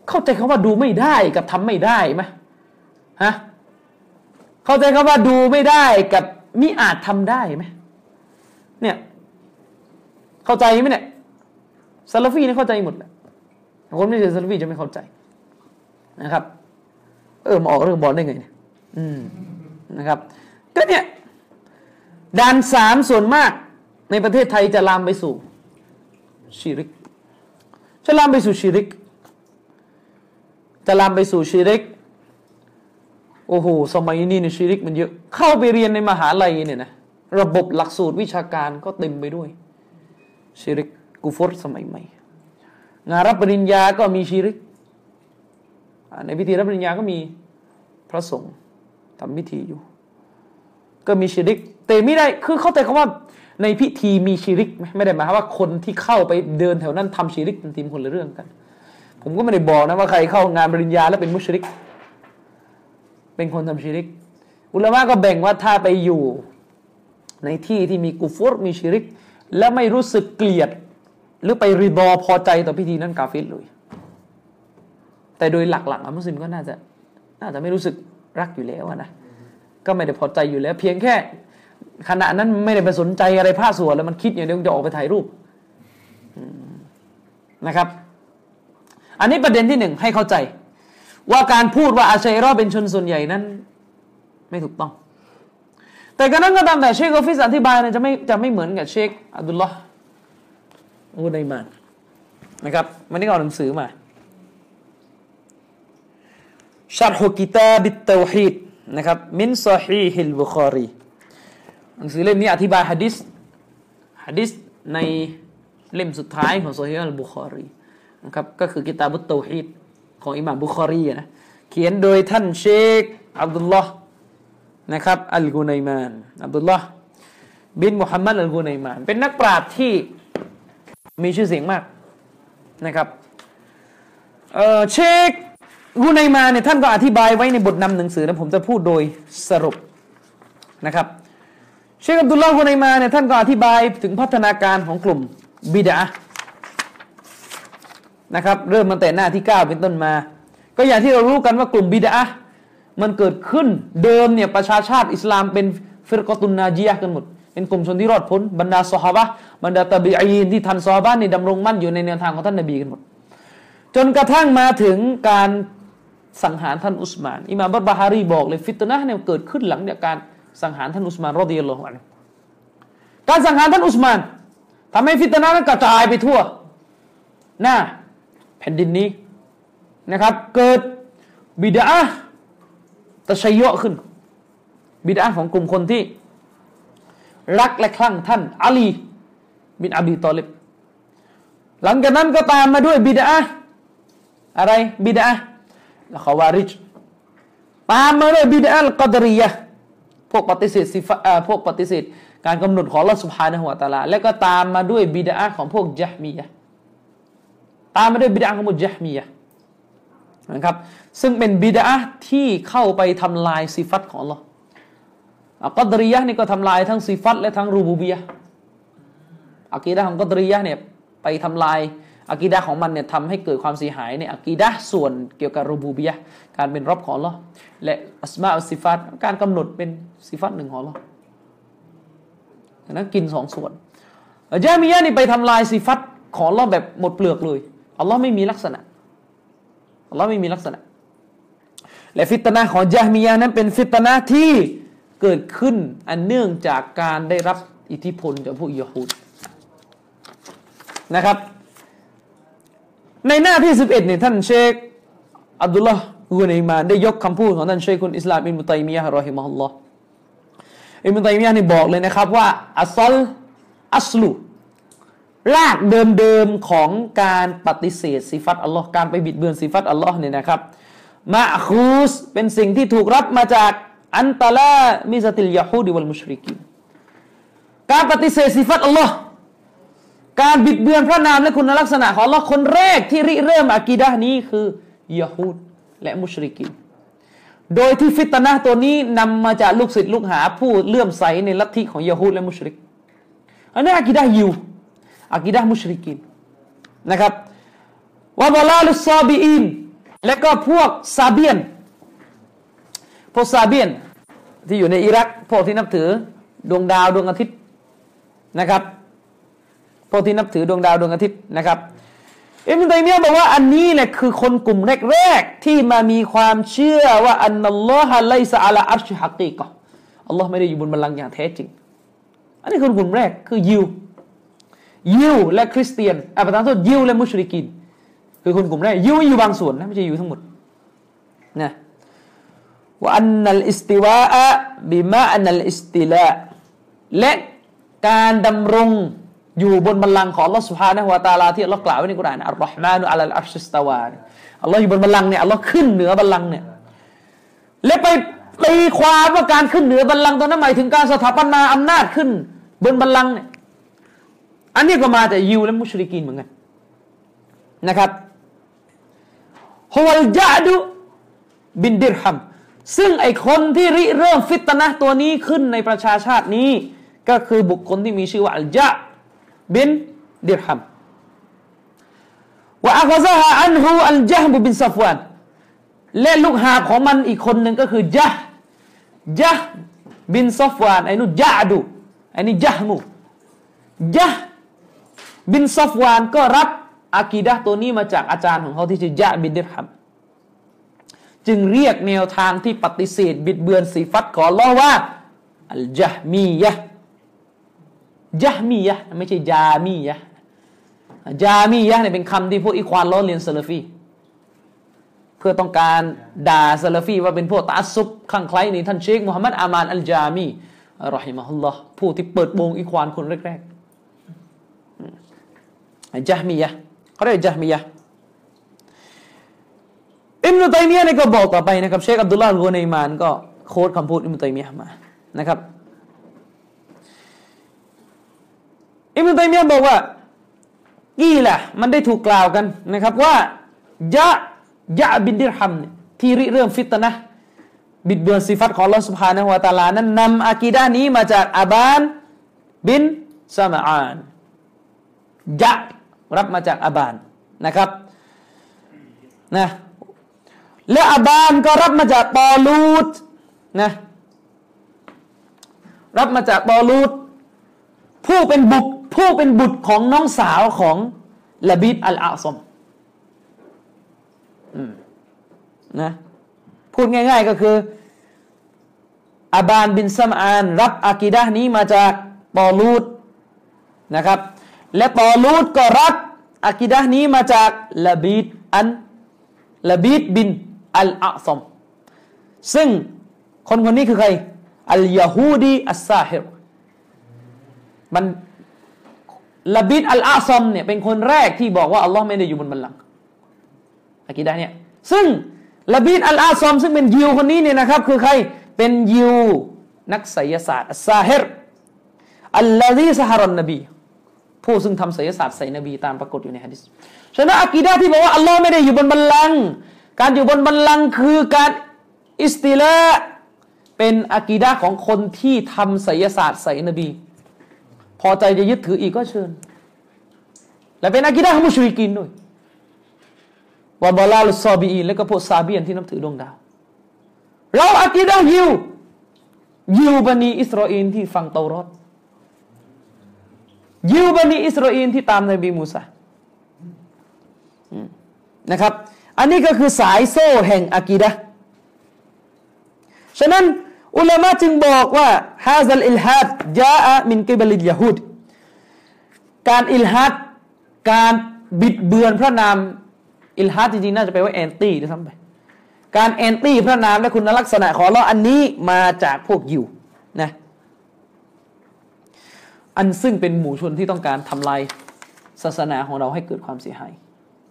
เข้าใจคำว่าดูไม่ได้กับทำไม่ได้ไหมฮะเข้าใจคำว่าดูไม่ได้กับมิอาจทำได้ไหมเนี่ยเข้าใจไหมเนี่ยซาลาฟีนี่เข้าใจหมดแหละคนไม่ใช่ซาลาฟีจะไม่เข้าใจนะครับเออมาออกเรื่องบอลได้ไงเนี่ยอืมนะครับก็เนี่ยด่านสามส่วนมากในประเทศไทยจะลามไปสู่ชิริกจะลามไปสู่ชิริกจะลามไปสู่ชิริกโอ้โหสมัยนี้เนี่ยชิริกมันเยอะเข้าไปเรียนในมหาลัยเนี่ยนะระบบหลักสูตรวิชาการก็เต็มไปด้วยชิริกกุฟรสมัยใหม่งานรับปริญญาก็มีชิริกในพิธีรับปริญญาก็มีพระสงฆ์ทำพิธีอยู่ก็มีชิริกแต่ไม่ได้คือเข้าใจคำว่าในพิธีมีชิริกไหมไม่ได้หมายความว่าคนที่เข้าไปเดินแถวนั้นทำชิริกเป็นทีมคนละเรื่องกันผมก็ไม่ได้บอกนะว่าใครเข้างานปริญญาแล้วเป็นมุชริกเป็นคนทำชิริกอุลามะก็แบ่งว่าถ้าไปอยู่ในที่ที่มีกุฟรมีชิริกแล้วไม่รู้สึกเกลียดหรือไปริดอพอใจต่อพิธีนั้นกาเฟรเลยแต่โดยหลักๆมุสลิมก็น่าจะน่าจะไม่รู้สึกรักอยู่แล้วนะก็ไม่ได้พอใจอยู่แล้วเพียงแค่ขณะนั้นไม่ได้ไปสนใจอะไรพระสวดแล้วมันคิดอย่างเดียวจะออกไปถ่ายรูปนะครับอันนี้ประเด็นที่หนึ่งให้เข้าใจว่าการพูดว่าอาชัยรอเป็นชนส่วนใหญ่นั้นไม่ถูกต้องแต่การนั้นก็ตามแต่เชคกอฟิสอธิบายนะจะไม่จะไม่เหมือนกับเชคอับดุลลอฮ์อุนัยมานนะครับวันนี้ก็เอาหนังสือมาชัรฮุกิตาบิตเตาฮีดนะครับมินซอฮีฮิลบุคอรีหนังสือเล่มนี้อธิบายหะดีษหะดีษในเล่มสุดท้ายของซอฮีฮ์อัลบุคอรีนะครับก็คือกิตาบุตเตาฮีดของอิหม่ามบุคอรีนะเขียนโดยท่านเชคอับดุลลอฮ์นะครับอัลกุนัยมานอับดุลลอฮ์บินมุฮัมมัดอัลกุนัยมานเป็นนักปราชญ์ที่มีชื่อเสียงมากนะครับเอ่อเชคกุนัยมานเนี่ยท่านก็อธิบายไว้ในบทนำหนังสือนะผมจะพูดโดยสรุปนะครับเชคอับดุลลอฮ์กุนัยมานเนี่ยท่านก็อธิบายถึงพัฒนาการของกลุ่มบิดอะห์นะครับเริ่มตั้งแต่หน้าที่เก้าเป็นต้นมาก็อย่างที่เรารู้กันว่ากลุ่มบิดอะห์มันเกิดขึ้นเดิมเนี่ยประชาชาติอิสลามเป็นฟิรกอตุนนาจียะห์กันหมดเป็นกลุ่มชนที่รอดพ้นบรรดาซอฮาบะห์บรรดาตะบีอีนที่ทันซอฮาบะห์นี่ดำรงมั่นอยู่ในแนวทางของท่านนบีกันหมดจนกระทั่งมาถึงการสังหารท่านอุสมานอิหม่ามบัรบะฮารีบอกเลยฟิตนะห์เนี่ยเกิดขึ้นหลังจากการสังหารท่านอุสมานรอฎิยัลลอฮุอันฮุการสังหารท่านอุสมานทำให้ฟิตนะห์นั้นกระจายไปทั่วหน้าแผ่นดินนี้นะครับเกิดบิดอะห์ตะชัยยะขึ้นบิดอะห์ของกลุ่มคนที่รักและคลั่งท่านอาลีบินอบีตอลิบหลังจากนั้นก็ตามมาด้วยบิดอะห์อะไรบิดอะห์ละคาวาริจตามมาด้วยบิดอะห์กอดรียะห์พวกปฏิเสธสิฟะอ่าพวกปฏิเสธการกำหนดของอัลเลาะห์ซุบฮานะฮูวะตะอาลาแล้วก็ตามมาด้วยบิดอะห์ของพวกญะฮ์มียะห์ตามมาด้วยบิดอะห์ของพวกญะฮ์มียะห์นะครับซึ่งเป็นบิดอะห์ที่เข้าไปทำลายสิฟัตของอัลเลาะห์อักอดรียะห์นี่ก็ทำลายทั้งสิฟัตและทั้งรูบูบียะห์อะกีดะห์ของอักอดรียะห์เนี่ยไปทำลายอะกีดะห์ของมันเนี่ยทำให้เกิดความเสียหายในอะกีดะห์ส่วนเกี่ยวกับรูบูบียะห์การเป็นรอบของอัลเลาะห์และอัสมาอุสซิฟัตการกำหนดเป็นสิฟัตหนึ่งของอัลเลาะห์นั้นกินสองส่วนญะฮ์มียะห์นี่ไปทำลายสิฟัตของอัลเลาะห์แบบหมดเปลือกเลยอัลเลาะห์ไม่มีลักษณะอัลเลาะห์ไม่มีลักษณะและฟิตนะห์ของญะฮ์มียะห์นั้นเป็นฟิตนะห์ที่เกิดขึ้นอันเนื่องจากการได้รับอิทธิพลจากพวกยิวฮูดนะครับในหน้าที่สิบเอ็ดเนี่ยท่านเชคอับดุลลอฮ์กุนัยมานได้ยกคำพูดของท่านเชคอุลอิสลามอิบนุตัยมียะห์รอฮิมะฮุลลอฮ์อิบนุตัยมียะห์นี่บอกเลยนะครับว่าอัศลอัสลุรากเดิมๆของการปฏิเสธสิฟัตอัลลอฮ์การไปบิดเบือนสิฟัตอัลลอฮ์เนี่ยนะครับมะคูสเป็นสิ่งที่ถูกรับมาจากอันตะลามิซะติลยะฮูดวัลมุชริกีนการปฏิเสธสิฟัตอัลลอฮ์การบิดเบือนพระนามและคุณลักษณะของอัลลอฮ์คนแรกที่ริเริ่มอะกีดะห์นี้คือยะฮูดและมุชริกีนโดยที่ฟิตนะห์ตัวนี้นำมาจากลูกศิษย์ลูกหาผู้เลื่อมใสในลัทธิของยะฮูดและมุชริกอันนี้อะกีดะห์ยิวอะกีดะห์มุชริกีนนะครับวะฎอลาลุซซอบีอีนและก็พวกซาเบียนพวกซาเบียนที่อยู่ในอิรักพวกที่นับถือดวงดาวดวงอาทิตย์นะครับพวกที่นับถือดวงดาวดวงอาทิตย์นะครับอิบนุตัยมียะห์บอกว่าอันนี้แหละคือคนกลุ่มแรกๆที่มามีความเชื่อว่าอันนัลลอฮะไลซะอะลาอัรชิฮักีกะห์อัลลอฮ์ไม่ได้อยู่บนบัลลังก์อย่างแท้จริงอันนี้คือกลุ่มแรกคือยิวยิวและคริสเตียนอ่ะประธานโทษยิวและมุชริกีนคือคนกลุ่มแรกยิวอยู่บางส่วนนะไม่ใช่ยิวทั้งหมดนะว่าอันนัลอิสติวาอะบิมาอันนัลอิสติลาและการดำรงอยู่บนบัลลังก์ของอัลลอฮ์ سبحانه และ تعالى ที่อัลลอฮ์กล่าวไว้ในกุรอานอัลลอฮ์มานุอะลัลอัรชิสตาวาอัลลอฮ์อยู่บนบัลลังก์เนี่ยอัลลอฮ์ขึ้นเหนือบัลลังก์เนี่ยและไปตีความว่าการขึ้นเหนือบัลลังก์ตอนนั้นหมายถึงการสถาปนาอำนาจขึ้นบนบัลลังก์เนี่ยอันนี้ก็มาจากยิวและมุชริกีนเหมือนกันนะครับฮุวัลญะดุบินดิรฮัมซึ่งไอคนที่ริเริ่มฟิตนะห์ตัวนี้ขึ้นในประชาชาตินี้ก็คือบุคคลที่มีชื่อว่าอัลญะบินดิรฮัมวะอัคซะฮะอันฮุอัลญะฮ์บินซัฟวานและลูกหาบของมันอีกคนหนึ่งก็คือญะห์ญะห์บินซัฟวานไอ้นู่นญะดุไอ้นี่ญะห์มุญะห์บินซัฟวานก็รับอากีดะห์ตัวนี้มาจากอาจารย์ของเขาที่ชื่อญะห์บินดิรฮัมจึงเรียกแนวทางที่ปฏิเสธบิดเบือนสิฟัตของอัลเลาะห์ว่าอัลญะห์มียะห์ญะห์มียะห์ไม่ใช่ญามียะห์ญามียะห์เนี่ยเป็นคำที่พวกอิควานล้อเลียนซะลาฟีเพื่อต้องการด่าซะลาฟีว่าเป็นพวกตะอัสซุบคลั่งไคล้ในท่านเชคมุฮัมมัดอามานอัลญามีรอฮิมะฮุลลอฮ์ผู้ที่เปิดโปงอิควานคนแรกๆญะห์มียะห์เขาเรียกญะห์มียะห์อิบนุตัยมียะห์เนี่ยก็บอกต่อไปนะครับเชคอับดุลลาห์อัลกุนัยมานก็โค้ดคำพูดอิบนุตัยมียะห์มานะครับอิบนุตัยมียะห์บอกว่ากี่ล่ะมันได้ถูกกล่าวกันนะครับว่ายะยะบินดิรฮัมเนี่ยที่ริเริ่มฟิตนะห์บิดเบือนสิฟัตของอัลเลาะห์ซุบฮานะฮูวะตะอาลานั้นนำอากีดะห์นี้มาจากอาบานบินซะมะอานยะรับมาจากอาบานนะครับนะและอาบานก็รับมาจากตอลูตนะรับมาจากตอลูตผู้เป็นบุตรผู้เป็นบุตรของน้องสาวของละบีดอัลอาซอมนะพูดง่ายๆก็คืออาบานบินซัมอานรับอากีดะห์นี้มาจากตอลูตนะครับและตอลูตก็รับอากีดะห์นี้มาจากละบีดอันละบีดบินอัลอาซอมซึ่งคนคนนี้คือใครอัลยะฮูดีอัสซาฮิรมันละบีดอัลอาซอมเนี่ยเป็นคนแรกที่บอกว่าอัลลอฮ์ไม่ได้อยู่บนบัลลังก์อากีดะห์เนี่ยซึ่งละบีดอัลอาซอมซึ่งเป็นยิวคนนี้เนี่ยนะครับคือใครเป็นยิวนักไสยศาสตร์อัสซาฮิรอัลลอฮีซะฮารอนนบีผู้ซึ่งทำไสยศาสตร์ใส่นบีตามปรากฏอยู่ในหะดีษฉะนั้นอากีดะห์ที่บอกว่าอัลลอฮ์ไม่ได้อยู่บนบัลลังก์การอยู่บนบัลลังก์คือการอิสติลาเป็นอากีดะห์ของคนที่ทำไสยศาสตร์ใส่นบีพอใจจะยึดถืออีกก็เชิญและเป็นอากีดะห์ของมุชริกีนด้วยวะบะลาลุซอบีอีนและก็พวกซาเบียนที่นับถือดวงดาวเราอากีดะห์ยิวยิวบันีอิสราเอลที่ฟังเตารอตยิวบันีอิสราเอลที่ตามนบีมูซานะครับอันนี้ก็คือสายโซ่แห่งอากีดะห์ฉะนั้นอุลามะจึงบอกว่าฮาซัลอิลฮัดญาอะมินกิบลิลยะฮูดการอิลฮัดการบิดเบือนพระนามอิลฮัดจริงๆน่าจะแปลว่าแอนตี้ด้วยซ้ำไปการแอนตี้พระนามและคุณลักษณะของอัลเลาะห์อันนี้มาจากพวกยิวนะอันซึ่งเป็นหมู่ชนที่ต้องการทำลายศาสนาของเราให้เกิดความเสียหาย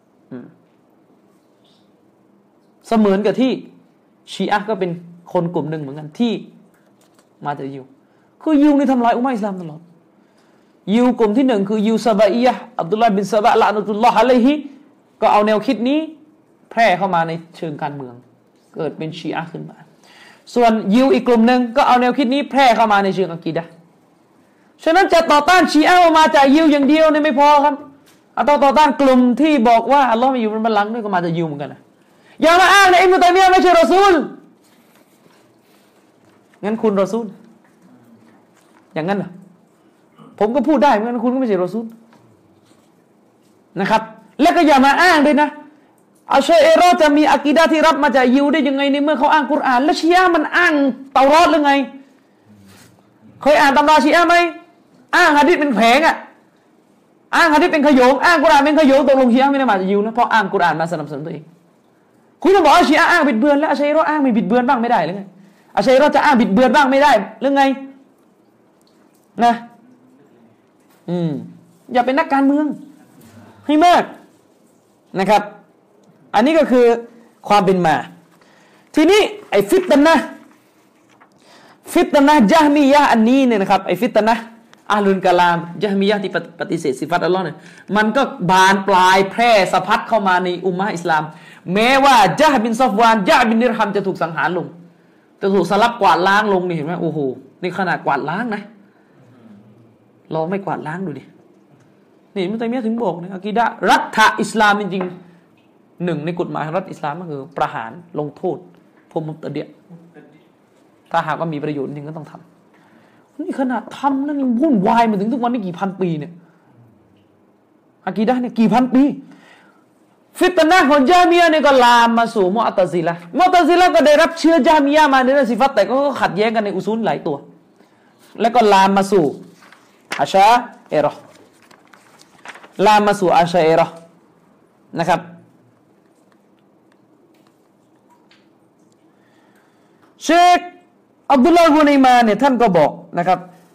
เสมือนกับที่ชีอะห์ก็เป็นคนกลุ่มหนึ่งเหมือนกันที่มาจากยิวคือยิวนี่ทำลายอุมมะฮ์อิสลามตลอดยิวกลุ่มที่หนึ่งคือยิวซะบะอียะห์อับดุลลาห์บินซะบะละอ์นะตุลลอฮ์อะลัยฮิก็เอาแนวคิดนี้แพร่เข้ามาในเชิงการเมืองเกิดเป็นชีอะห์ขึ้นมาส่วนยิวอีกกลุ่มหนึ่งก็เอาแนวคิดนี้แพร่เข้ามาในเชิงอะกีดะห์ฉะนั้นจะต่อต้านชีอะห์มาจากยิวอย่างเดียวเนี่ยไม่พอครับเอาต่อต้านกลุ่มที่บอกว่าอัลเลาะห์ไม่อยู่บนบัลลังก์ด้วยก็มาจากยิวเหมือนกันนะอย่ามาอ้างนะอิบนุตัยมียะห์ไม่ใช่รอซูลงั้นคุณรอซูลอย่างนั้นเหรอผมก็พูดได้เหมือนกันคุณก็ไม่ใช่รอซูลนะครับแล้วก็อย่ามาอ้างด้วยนะอัชชัยเอรอจะมีอะกีดะห์ที่รับมาจากยิวได้ยังไงในเมื่อเขาอ้างกุรอานแล้วชีอะห์มันอ้างเตารอดหรือไงเคยอ่านตำราชีอะห์ไหมอ้างหะดีษเป็นแผงอ่ะอ้างหะดีษเป็นขโยงอ้างกุรอานเป็นขโยงตกลงชีอะห์ไม่ได้มาจากยิวนะเพราะอ้างกุรอานมาสนับสนุนตัวเองคุณจะบอกว่าชีอะห์อ้างบิดเบือนแล้วอัชชัยเอรออ้างไม่บิดเบือนบ้างไม่ได้หรือไงอัชชัยเอรอจะอ้างบิดเบือนบ้างไม่ได้หรือไงนะอืมอย่าเป็นนักการเมืองให้มากนะครับอันนี้ก็คือความเป็นมาทีนี้ไอ้ฟิตนะห์ฟิตนะห์ญะฮ์มียะห์อันนี้เนี่ยนะครับไอ้ฟิตนะห์อะห์ลุลกะลามญะฮ์มียะห์ที่ปฏิเสธสิฟัตอัลเลาะห์เนี่ยมันก็บานปลายแพร่สะพัดเข้ามาในอุมมะฮ์อิสลามแม้ว่าญะฮ์บินซอฟวานญะฮ์บินดิรฮัมจะถูกสังหารลงจะถูกสลับกวาดล้างลงนี่เห็นไหมโอ้โหนี่ขนาดกวาดล้างนะเราไม่กวาดล้างดูดินี่มุตัยมียะห์ถึงบอกนะอะกีดะห์รัฐอิสลามจริงๆหนึ่งในกฎหมายของรัฐอิสลามก็คือประหารลงโทษพวกมุตะดิถ้าหากว่ามีประโยชน์จริงก็ต้องทำนี่ขนาดทำแล้วนี่วุ่นวายมาถึงทุกวันนี้กี่พันปีเนี่ยอะกีดะห์เนี่ยกี่พันปีฟิตนะห์ของญะฮ์มียะห์เนี่ยก็ลามมาสู่มุอ์ตะซิละห์มุอ์ตะซิละห์ก็ได้รับเชื้อญะฮ์มียะห์มาในเรื่องสิฟัตแต่ก็ขัดแย้งกันในอุซูลหลายตัวแล้วก็ลามมาสู่อัชชะอิเราะห์ลามมาสู่อัชชะอิเราะห์นะครับเชคอับดุลลาห์บุนัยมานเนี่ยท่านก็บอกนะครับ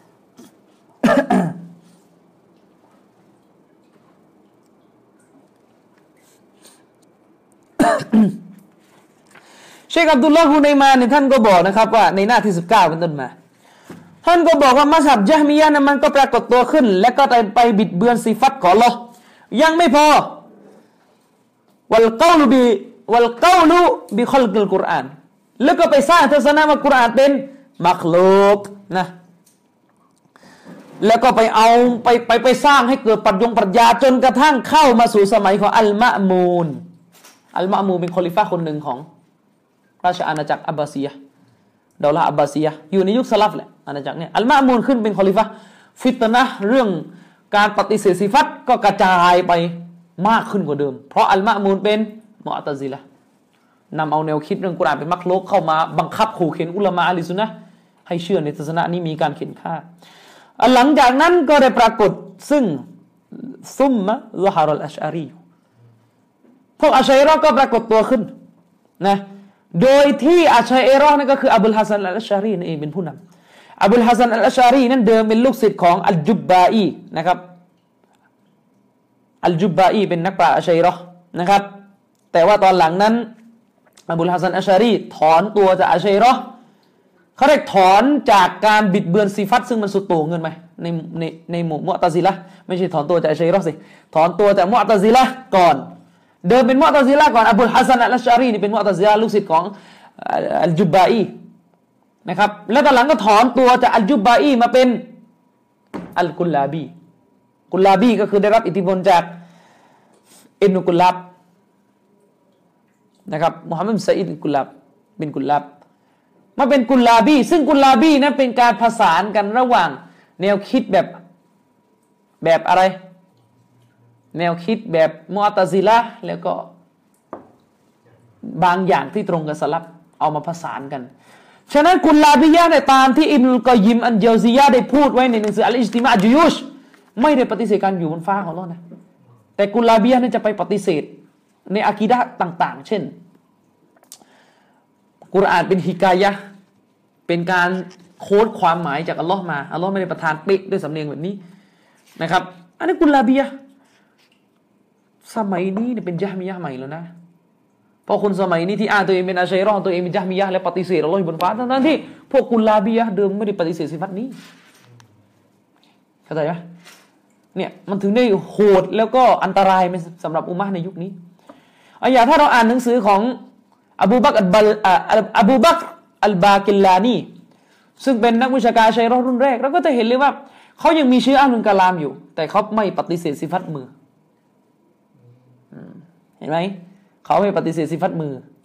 เชคอับดุลลาห์บุนัยมานเนี่ยท่านก็บอกนะครับว่าในหน้าที่สิบเก้าเป็นต้นมาท่านก็บอกว่ามัซฮับญะฮ์มียะห์นั้นมันก็ปรากฏตัวขึ้นและก็ไปบิดเบือนสิฟัตของอัลเลาะห์ยังไม่พอวัลกอลุบิวัลกอลุบิคอลกิลกุรอานแล้วก็ไปสร้างทัศนะว่ากุรอานเป็นมักลุกนะแล้วก็ไปเอาไปไปไปสร้างให้เกิดปรัชญงปรัชญาจนกระทั่งเข้ามาสู่สมัยของอัลมะมูนอัลมะมูนเป็นคอลิฟะห์คนหนึ่งของราชอาณาจักรอับบาซียะห์ดาวละอับบาซียะห์อยู่ในยุคสลัฟแหละอาณาจักรเนี่ยอัลมะมูนขึ้นเป็นคอลิฟะห์ฟิตนะห์เรื่องการปฏิเสธสิฟัตก็กระจายไปมากขึ้นกว่าเดิมเพราะอัลมะมูนเป็นมุอ์ตะซิละห์นำเอาแนวคิดเรื่องกุรอานเป็นมักลุกเข้ามาบังคับขู่เข็นอุลามะอะห์ลิซุนนะห์ให้เชื่อในทัศนะนี้มีการเข็นฆ่าหลังจากนั้นก็ได้ปรากฏซึ่งซุมมะซะฮารัลอัชอารีพวกอัชอะอิเราะห์ก็ปรากฏตัวขึ้นนะโดยที่อัชอะอิเราะห์นั่นก็คืออบุลฮัสซันอัลอัชอารีนั่นเองเป็นผู้นำอบุลฮัสซันอัลอัชอารีนั้นเดิมเป็นลูกศิษย์ของอัลจุบบาอีนะครับอัลจุบบาอีเป็นนักปราชญ์อัชอะอิเราะห์นะครับแต่ว่าตอนหลังนั้นอบุลฮัสซันอัชอารีถอนตัวจากอัชอะอิเราะห์เขาเรียกถอนจากการบิดเบือนสิฟัตซึ่งมันสุดโต่งเกินไปในในในหมู่มุอ์ตะซิละห์ไม่ใช่ถอนตัวจากอัชอะอิเราะห์สิถอนตัวจากมุอ์ตะซิละห์ก่อนเดิมเป็นมุอ์ตะซิละห์ก่อนอบุลฮัสซันอัลอัชอารีนี่เป็นมุอ์ตะซิละห์ลูกศิษย์ของอัลจุบบาอีนะครับแล้วตอนหลังก็ถอนตัวจากอัลจุบบาอีมาเป็นอัลกุลลาบีกุลลาบีก็คือได้รับอิทธิพลจากอิบนุกุลลาบนะครับมุฮัมมัดซะอีดกุลลาบบินกุลลาบมาเป็นกุลลาบีซึ่งกุลลาบีนั้นเป็นการผสานกันระหว่างแนวคิดแบบแบบอะไรแนวคิดแบบมุอ์ตะซิละห์แล้วก็บางอย่างที่ตรงกับสลัฟเอามาผสานกันฉะนั้นกุลลาบียะห์เนี่ยตามที่อิบนุลกอยยิมอันเจาซียะห์ได้พูดไว้ในหนังสืออัลอิจติมาอ์จุยูชไม่ได้ปฏิเสธการอยู่บนฟ้าของอัลเลาะห์นะแต่กุลลาบียะห์เนี่ยจะไปปฏิเสธในอะกีดะห์ต่างๆเช่นกุรอานเป็นฮิกายะห์เป็นการโค้ดความหมายจากอัลเลาะห์มาอัลเลาะห์ไม่ได้ประทานเป๊ะด้วยสำเนียงแบบนี้นะครับอันนี้กุลลาบียะห์สมัยนี้เนี่ยเป็นญะฮ์มียะห์ใหม่แล้วนะเพราะคนสมัยนี้ที่อ้างตัวเองเป็นอัชอะอิเราะห์ตัวเองเป็นญะฮ์มียะห์และปฏิเสธอัลเลาะห์อยู่บนฟ้าทั้งๆที่พวกกุลลาบียะห์เดิมไม่ได้ปฏิเสธสิฟัตนี้เข้าใจไหมเนี่ยมันถึงได้โหดแล้วก็อันตรายสำหรับอุมมะห์ในยุคนี้อ่ะอย่างถ้าเราอ่านหนังสือของอบูบักรอัลบัลอบูบักรอัลบากิลลานีซึ่งเป็นนักวิชาการอัชอะอิเราะห์รุ่นแรกเราก็จะเห็นเลยว่าเขายังมีเชื้ออัลลุลกะลามอยู่แต่เขาไม่ปฏิเสธสิฟัตมือเห็นไหมเขาไม่ปฏิเสธสิฟัตมือ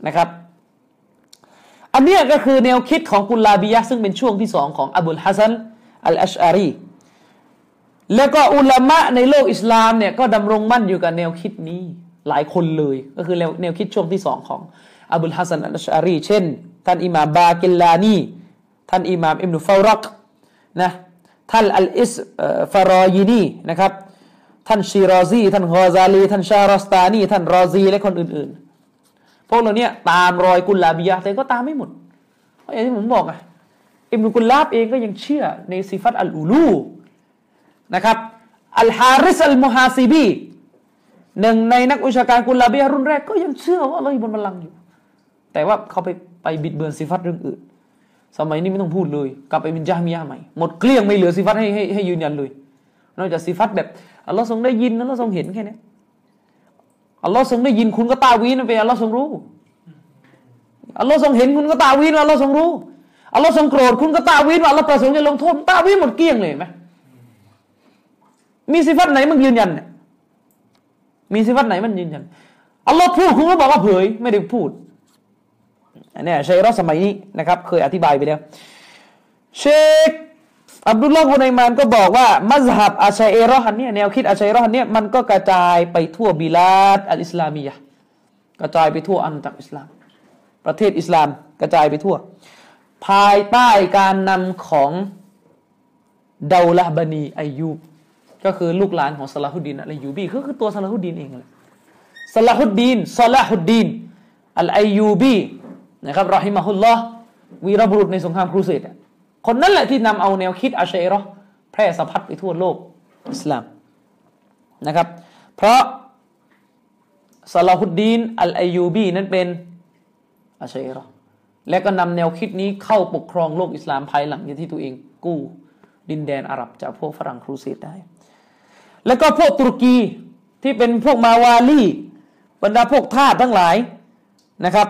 นะครับอันนี้ก็คือแนวคิดของกุลลาบียะห์ซึ่งเป็นช่วงที่สองของอบุลฮัสซันอัลอัชอารีแล้วก็อุลามะในโลกอิสลามเนี่ยก็ดำรงมั่นอยู่กับแนวคิดนี้หลายคนเลยก็คือแนวคิดช่วงที่สองของอบุลฮัสซันอัลอัชอารีเช่นท่านอิหม่ามบากิลลานีท่านอิหม่ามอิบนุฟารักนะท่านอัลอิสฟารอยีนีนะครับท่านชีรอซีท่านกอซาลีท่านชารัสตานีท่านรอซีและคนอื่นๆพวกเราเนี่ยตามรอยกุลลาบียะห์แต่ก็ตามไม่หมดเพราะอย่างที่ผมบอกอะอิบนุกุลลาบเองก็ยังเชื่อในซิฟัตอัลอูลูนะครับอัลฮาริสอัลมุฮาซิบีหนึ่งในนักวิชาการกุลลาบียะห์รุ่นแรกก็ยังเชื่อว่าอัลเลาะห์อยู่บนบัลลังก์อยู่แต่ว่าเขาไปไปบิดเบือนซิฟัตเรื่องอื่นสมัยนี้ไม่ต้องพูดเลยกลับไปเป็นญะฮ์มียะห์ใหม่หมดเกลี้ยงไม่เหลือซิฟัตให้ให้ให้ยืนยันเลยนอกจากซิฟัตแบบอัลเลาะห์ทรงได้ยินอัลเลาะห์ทรงเห็นแค่นี้อัลเลาะห์ทรงได้ยินคุณก็ตาวีนไปอัลเลาะห์ทรงรู้อัลเลาะห์ทรงเห็นคุณก็ตาวีนว่าอัลเลาะห์ทรงรู้อัลเลาะห์ทรงโกรธคุณก็ตาวีนว่าอัลเลาะห์ประสงค์จะลงโทษตาวีนหมดเกลี้ยงเลยไหมมีซิฟัตไหนมันยืนยันเนี่ยมีซิฟัตไหนมันยืนยันอัลเลาะห์พูดคุณก็บอกว่าเผยไม่ได้พูดอันนี้ชัยรอสมัยนี้นะครับเคยอธิบายไปแล้วเชคอับดุลลอฮ์ ฮุนัยมานก็บอกว่ามัซฮับอัชัยรอห์เนี่ยแนวคิดอัชัยรอห์เนี่ยมันก็กระจายไปทั่วบิลาดอัลอิสลามียะห์กระจายไปทั่วอาณาจักรอิสลามประเทศอิสลามกระจายไปทั่วภายใต้การนำของดาวละห์บันีอัยยูบก็คือลูกหลานของซะลาฮุดดีนอัลอัยยูบีคือคือตัวซะลาฮุดดีนเองเลยซะลาฮุดดีนซะลาฮุดดีนอัลอัยยูบีนะครับรอฮิมะฮุลลอฮ์วีรบุรุษในสงครามครูเสดคนนั้นแหละที่นำเอาแนวคิดอัชชัยรอห์แพร่สะพัดไปทั่วโลกอิสลามนะครับเพราะซะลาฮุดดีนอัลอัยยูบีนั้นเป็นอัชชัยรอห์และก็นำแนวคิดนี้เข้าปกครองโลกอิสลามภายหลังที่ตัวเองกู้ดินแดนอาหรับจากพวกฝรั่งครูเสดได้แล้วก็พวกตุรกีที่เป็นพวกมาวาลีบรรดาพวกทาสทั้งหลายนะครับ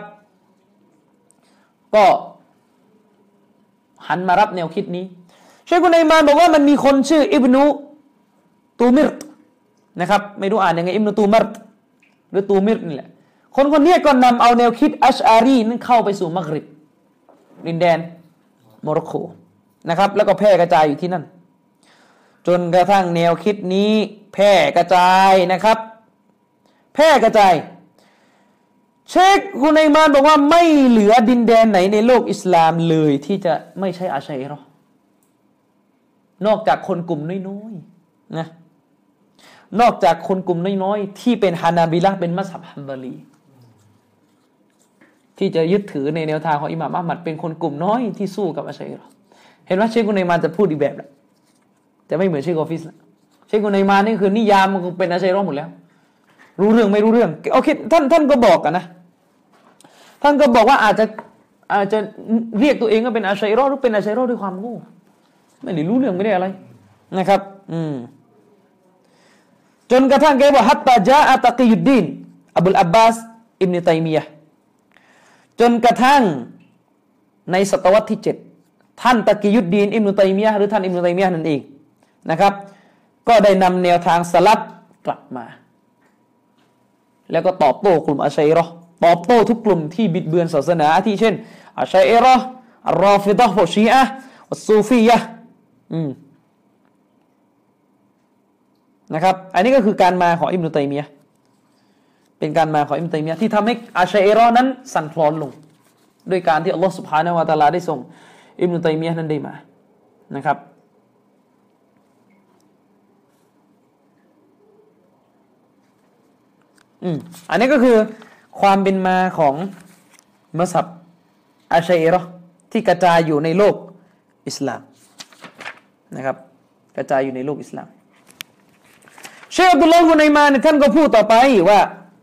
ก็หันมารับแนวคิดนี้เชค อุนัยมานบอกว่ามันมีคนชื่ออิบนุตูมิรต์นะครับไม่รู้อ่านยังไงอิบนุตูมิรต์หรือตูมิรต์นี่แหละคนคนนี้ก็นำเอาแนวคิดอัชอารีนั้นเข้าไปสู่มักริบดินแดนโมร็อกโกนะครับแล้วก็แพร่กระจายอยู่ที่นั่นจนกระทั่งแนวคิดนี้แพร่กระจายนะครับแพร่กระจายเชค อุนัยมานบอกว่าไม่เหลือดินแดนไหนในโลกอิสลามเลยที่จะไม่ใช่อัชชัยรอห์นอกจากคนกลุ่มน้อยๆนะนอกจากคนกลุ่มน้อยๆที่เป็นฮานาบิละห์เป็นมัซฮับฮัมบาลีที่จะยึดถือในแนวทางของอิหม่ามอะห์มัดเป็นคนกลุ่มน้อยที่สู้กับอัชชัยรอห์เห็นว่าเชค อุนัยมานจะพูดอีกแบบแหละจะไม่เหมือนเชค กอฟิสเชค อุนัยมานนี่คือนิยามมันเป็นอัชชัยรอห์หมดแล้วรู้เรื่องไม่รู้เรื่องโอเคท่านท่านก็บอกกันนะท่านก็บอกว่าอาจจะอาจจะเรียกตัวเองว่าเป็นอัชชัยรอห์หรือเป็นอัชชัยรอห์ด้วยความโง่ไม่ได้รู้เรื่องไม่ได้อะไรนะครับอืมจนกระทั่งแกว่าฮัตตาจาอะตะกียุดดีนอับุลอับบาสอิบนุตัยมียะห์จนกระทั่งในศตวรรษที่เจ็ดท่านตะกียุดดีนอิบนุตัยมียะห์หรือท่านอิบนุตัยมียะห์นั่นเองนะครับก็ได้นำแนวทางสลับกลับมาแล้วก็ตอบโต้กลุ่มอัชชัยรอห์ตอบโต้ทุกกลุ่มที่บิดเบือนศาสนาที่เช่นอัชชัยรอห์อัลรอฟิฎะห์พวกชีอะห์วัสซูฟียะห์อืมนะครับอันนี้ก็คือการมาของอิบนุตัยมียะห์เป็นการมาของอิบนุตัยมียะห์ที่ทำให้อัชชัยรอห์นั้นสั่นคลอนลงด้วยการที่อัลเลาะห์ซุบฮานะฮูวะตะอาลาได้ส่งอิบนุตัยมียะห์นั้นได้มานะครับอืมอันนี้ก็คือความเป็นมาของมัซฮับอัชชัยรอห์ที่กระจายอยู่ในโลกอิสลามนะครับกระจายอยู่ในโลกอิสลามเชค อับดุลลอฮ์ ฮุนัยมานท่านก็พูดต่อไปว่า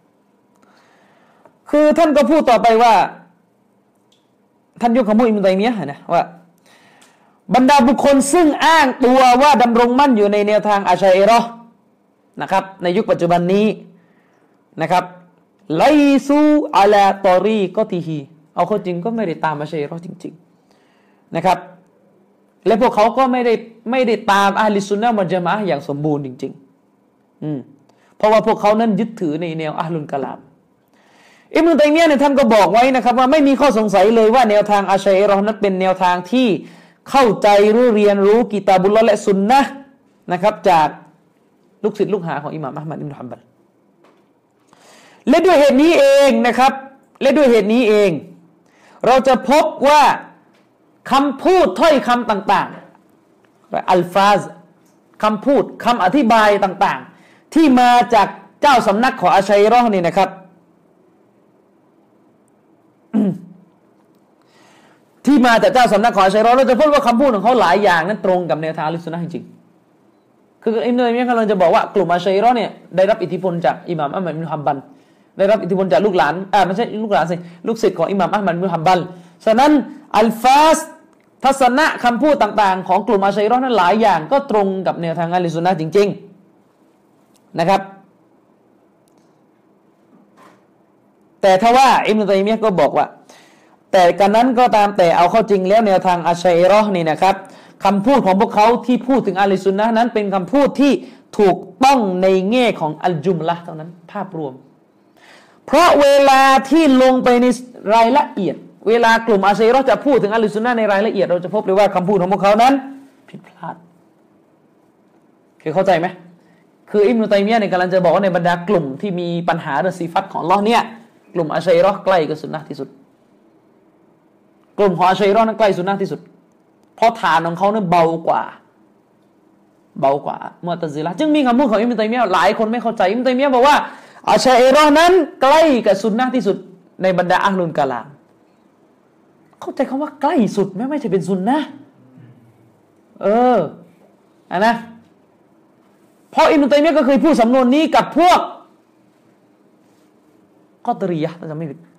คือท่านก็พูดต่อไปว่าท่านยกคำพูดอิบนุตัยมียะห์นะว่าบรรดาบุคคลซึ่งอ้างตัวว่าดำรงมั่นอยู่ในแนวทางอัชชัยรอห์นะครับในยุคปัจจุบันนี้นะครับไลซูอะลาตอรีกอติฮีเอาเข้าจริงก็ไม่ได้ตามอัชชัยรอห์จริงๆนะครับและพวกเขาก็ไม่ได้ไม่ได้ตามอะห์ลิสซุนนะฮ์วัลญะมาอะห์อย่างสมบูรณ์จริงๆอืมเพราะว่าพวกเขานั้นยึดถือในแนวอะห์ลุลกะลามอิบนุตัยมียะห์เนี่ยท่านก็บอกไว้นะครับว่าไม่มีข้อสงสัยเลยว่าแนวทางอัชอะอิเราะห์นั้นเป็นแนวทางที่เข้าใจหรือเรียนรู้กิตาบุลลอฮ์และสุนนะห์นะครับจากลูกศิษย์ลูกหาของอิหม่ามอะห์มัดอิบนุฮัมบัลและด้วยเหตุนี้เองนะครับและด้วยเหตุนี้เองเราจะพบว่าคำพูดถ้อยคำต่างๆอัลฟาซคำพูดคำอธิบายต่างๆที่มาจากเจ้าสำนักของอัชอะอิเราะห์นี่นะครับที่มาจากเจ้าสำนักของอัชอะอิเราะห์เราจะพบว่าคำพูดของเขาหลายอย่างนั้นตรงกับแนวทางอัลซุนนะห์จริงๆคืออิบนุตัยมียะห์กำลังจะบอกว่ากลุ่มอัชอะอิเราะห์เนี่ยได้รับอิทธิพลจากอิหม่ามอะห์มัดอิบนุฮัมบัลได้รับอิทธิพลจากลูกหลานอ่าไม่ใช่ลูกหลานสิลูกศิษย์ของอิหม่ามอะห์มัดอิบนุฮัมบัลฉะนั้นอัลฟาซทัศนะคำพูดต่างๆของกลุ่มอัชอะอิเราะห์นั้นหลายอย่างก็ตรงกับแนวทางอัลซุนนะห์จริงๆนะครับแต่ถ้าว่าอิบนุตัยมียะห์ก็บอกว่าแต่กันนั้นก็ตามแต่เอาเข้าจริงแล้วแนวทางอัชอะอิเราะห์นี่นะครับคำพูดของพวกเขาที่พูดถึงอะห์ลุซุนนะห์นั้นเป็นคำพูดที่ถูกต้องในแง่ของอัลจุมละห์เท่านั้นภาพรวมเพราะเวลาที่ลงไปในรายละเอียดเวลากลุ่มอัชอะอิเราะห์จะพูดถึงอะห์ลุซุนนะห์ในรายละเอียดเราจะพบเลยว่าคำพูดของพวกเขานั้นผิดพลาดคือเข้าใจไหมคืออิบนุตัยมียะห์เนี่ยกำลังจะบอกว่าในบรรดากลุ่มที่มีปัญหาเรื่องซิฟัตของอัลเลาะห์เนี่ยกลุ่มอัชอะอิเราะห์ใกล้กับสุนนะห์ที่สุดกลุ่มของอัชอะอิเราะห์นั้นใกล้สุนนะห์ที่สุดเพราะฐานของเขาเนี่ยเบากว่าเบากว่ามุอ์ตะซิละห์จึงมีคำพูดของอิบนุตัยมียะห์หลายคนไม่เข้าใจอิบนุตัยมียะห์บอกว่าอัชอะอิเราะห์นั้นใกล้กับสุนนะห์ที่สุดในบรรดาอะห์ลุลกะลามเข้าใจคำว่าใกล้สุดไม่ไม่ใช่เป็นสุนนะห์เอออ่ะนะเพราะอิบนุตัยมียะห์ก็เคยพูดสำนวนนี้กับพวกกอฎรียะห์ถ้าจำไม่ผิด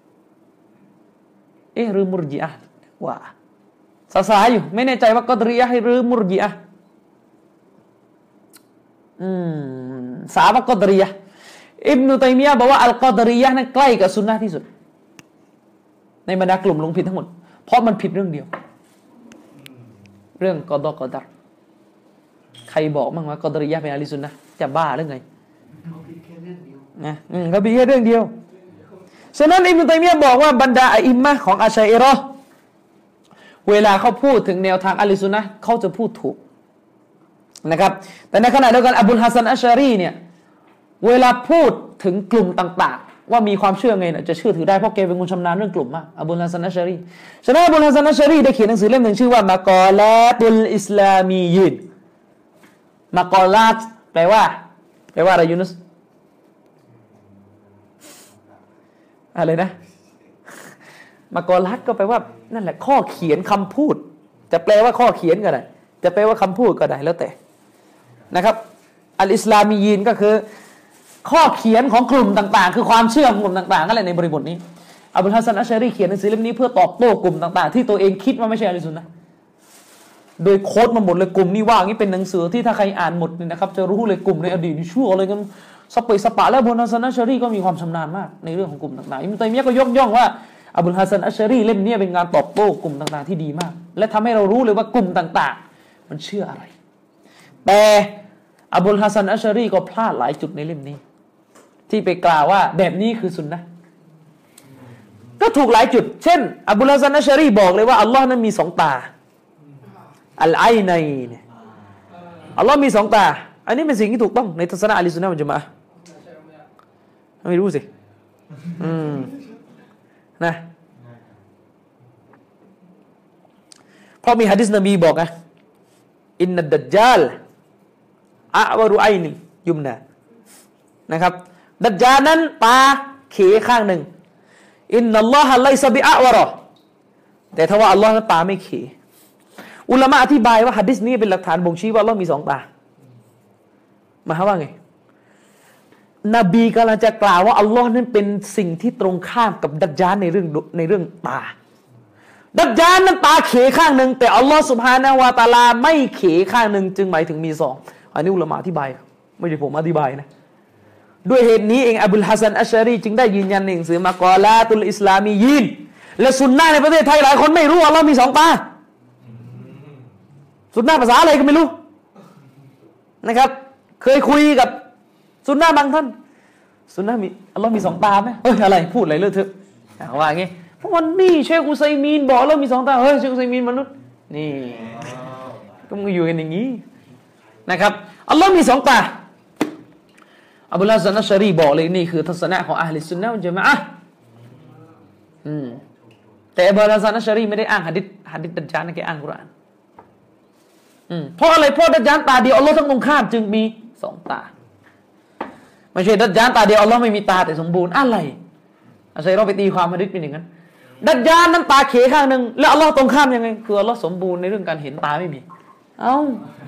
เอ๊ะหรือมุรญิอะห์ว่าสาสาอยู่ไม่แน่ใจว่ากอฎรียะห์หรือมุรญิอะห์อืมสาวกกอฎรียะห์อิบนุตัยมียะห์บอกว่าอัลกอฎรียะห์นั้นใกล้กับสุนนะห์ที่สุดในบรรดากลุ่มลงผิดทั้งหมดเพราะมันผิดเรื่องเดียวเรื่องกอฎอกอดัรใครบอกมั่งว่ากอฎรียะห์เป็นอะห์ลุซุนนะห์จะบ้าหรือไงเขาผิดแค่เรื่องเดียวนะอืมเขาผิดแค่เรื่องเดียวฉะนั้นอิบนุตัยมียะห์บอกว่าบรรดาอะอิมมะห์ของอัชอะอิเราะห์เวลาเขาพูดถึงแนวทางอะห์ลุซุนนะห์เขาจะพูดถูกนะครับแต่ในขณะเดียวกันอบูลฮัสซันอัชชะรีเนี่ยเวลาพูดถึงกลุ่มต่างๆว่ามีความเชื่อไงเนี่ยจะเชื่อถือได้เพราะแกเป็นคนชำนาญเรื่องกลุ่มมากอบูลฮัสซันอัชชะรีฉะนั้นอบูลฮัสซันอัชชะรีได้เขียนหนังสือเล่มหนึ่งชื่อว่ามะกอลาตุลอิสลามียีนมะกอลาตแปลว่าแปลว่าอะไรยูนุสอะไรนะมะกอลาตก็แปลว่านั่นแหละข้อเขียนคำพูดจะแปลว่าข้อเขียนก็ได้จะแปลว่าคำพูดก็ได้แล้วแต่นะครับอัลอิสลามียีนก็คือข้อเขียนของกลุ่มต่างๆคือความเชื่อของกลุ่มต่างๆนั่นแหละในบริบทนี้อบูลฮัสซันอัชชะรีเขียนหนังสือเล่มนี้เพื่อตอบโต้กลุ่มต่างๆที่ตัวเองคิดว่าไม่ใช่อะห์ลุซุนนะห์โดยโค้ดมาหมดเลยกลุ่มนี้ว่างี้เป็นหนังสือที่ถ้าใครอ่านหมดเนี่ยนะครับจะรู้เลยกลุ่มในอดีตชั่วอะไรกันสเปซสปะแล้วอบูลฮัสซันอัชชะรีก็มีความชำนาญมากในเรื่องของกลุ่มต่างๆอิบนุตัยมียะห์ก็ยกย่องว่าอบูลฮัสซันอัชชะรีเล่มนี้เป็นการตอบโต้กลุ่มต่างๆที่ดีมากและทำให้เรารู้เลยว่ากลุ่มต่างๆมันเชื่ออะไรแต่อบูลฮัสซันอัชชะรีก็พลาดหลายจุดในเล่มนี้ที่ไปกล่าวว่าแบบนี้คือสุนนะห์ก็ถูกหลายจุดเช่นอบูลฮัสซันอัชชะรีบอกเลยว่าอัลลอฮ์นั้นมีสองตาอัลไอนัยเนี่ยอัลลอฮ์มีสองตาอันนี้เป็นสิ่งที่ถูกต้องในทัศนะอะห์ลุซุนนะฮ์วัลญะมาอะห์ไม่รู้สิอืมนะเพราะมีหะดีษนบีบอกนะอินนัดดัจญาลอะวะรุไอนิยุมนานะครับดัจญาลนั้นตาเขข้างหนึ่งอินนัลลอฮะไลซะบิอะวะรอแต่ถ้าว่าอัลลอฮ์นั้นตาไม่เขอุลามะอธิบายว่าหะดีษนี้เป็นหลักฐานบ่งชี้ว่าอัลลอฮ์มีสองตาหมายความว่าไงนบีกำลังจะกล่าวว่าอัลลอฮ์นั้นเป็นสิ่งที่ตรงข้ามกับดัจญาลในเรื่องในเรื่องตาดัจญาลนั้นตาเขข้างหนึ่งแต่อัลลอฮ์ซุบฮานะฮูวะตะอาลาไม่เขข้างหนึ่งจึงหมายถึงมีสองอันนี้อุลามะอธิบายไม่ใช่ผมอธิบายนะด้วยเหตุนี้เองอบูลฮัสซันอัชชะรีจึงได้ยืนยันในหนังสือมะกอลาตุลอิสลามียีนและสุนนะห์ในประเทศไทยหลายคนไม่รู้อัลลอฮ์มีสองตาสุนนะห์ภาษาอะไรก็ไม่รู้นะครับเคยคุยกับสุนนะห์บางท่านสุนนะมีอัลลอฮ์มีสองตาไหมเอ้ยอะไรพูดอะไรเลอะเทอะว่าอย่างงี้เพราะวันนี้เชคอุซัยมีนบอกแล้วมีสองตาเฮ้ยเชคอุซัยมีนมนุษย์นี่ก็มึงอยู่กันอย่างนี้นะครับอัลลอฮ์มีสองตาอับุลฮัสซันอัชชะรีบอกเลยนี่คือทัศนะของอะห์ลิสซุนนะฮ์วัลญะมาอะห์อืมแต่อับุลฮัสซันอัชชะรีไม่ได้อ้างหะดีษหะดีษดัจญาลนะแกอ้างกุรอานอืมเพราะอะไรเพราะดัจญาลตาเดียวอัลลอฮ์ทั้งตรงข้ามจึงมีสองตาไม่ใช่ดัจญาลตาเดียวอัลลอฮ์ไม่มีตาแต่สมบูรณ์อะไรอาศัยเราไปตีความหะดีษเป็นอย่างนั้นดัจญาลนั้นตาเขข้างนึงแล้วอัลลอฮ์ตรงข้ามยังไงคืออัลลอฮ์สมบูรณ์ในเรื่องการเห็นตาไม่มีเอ้า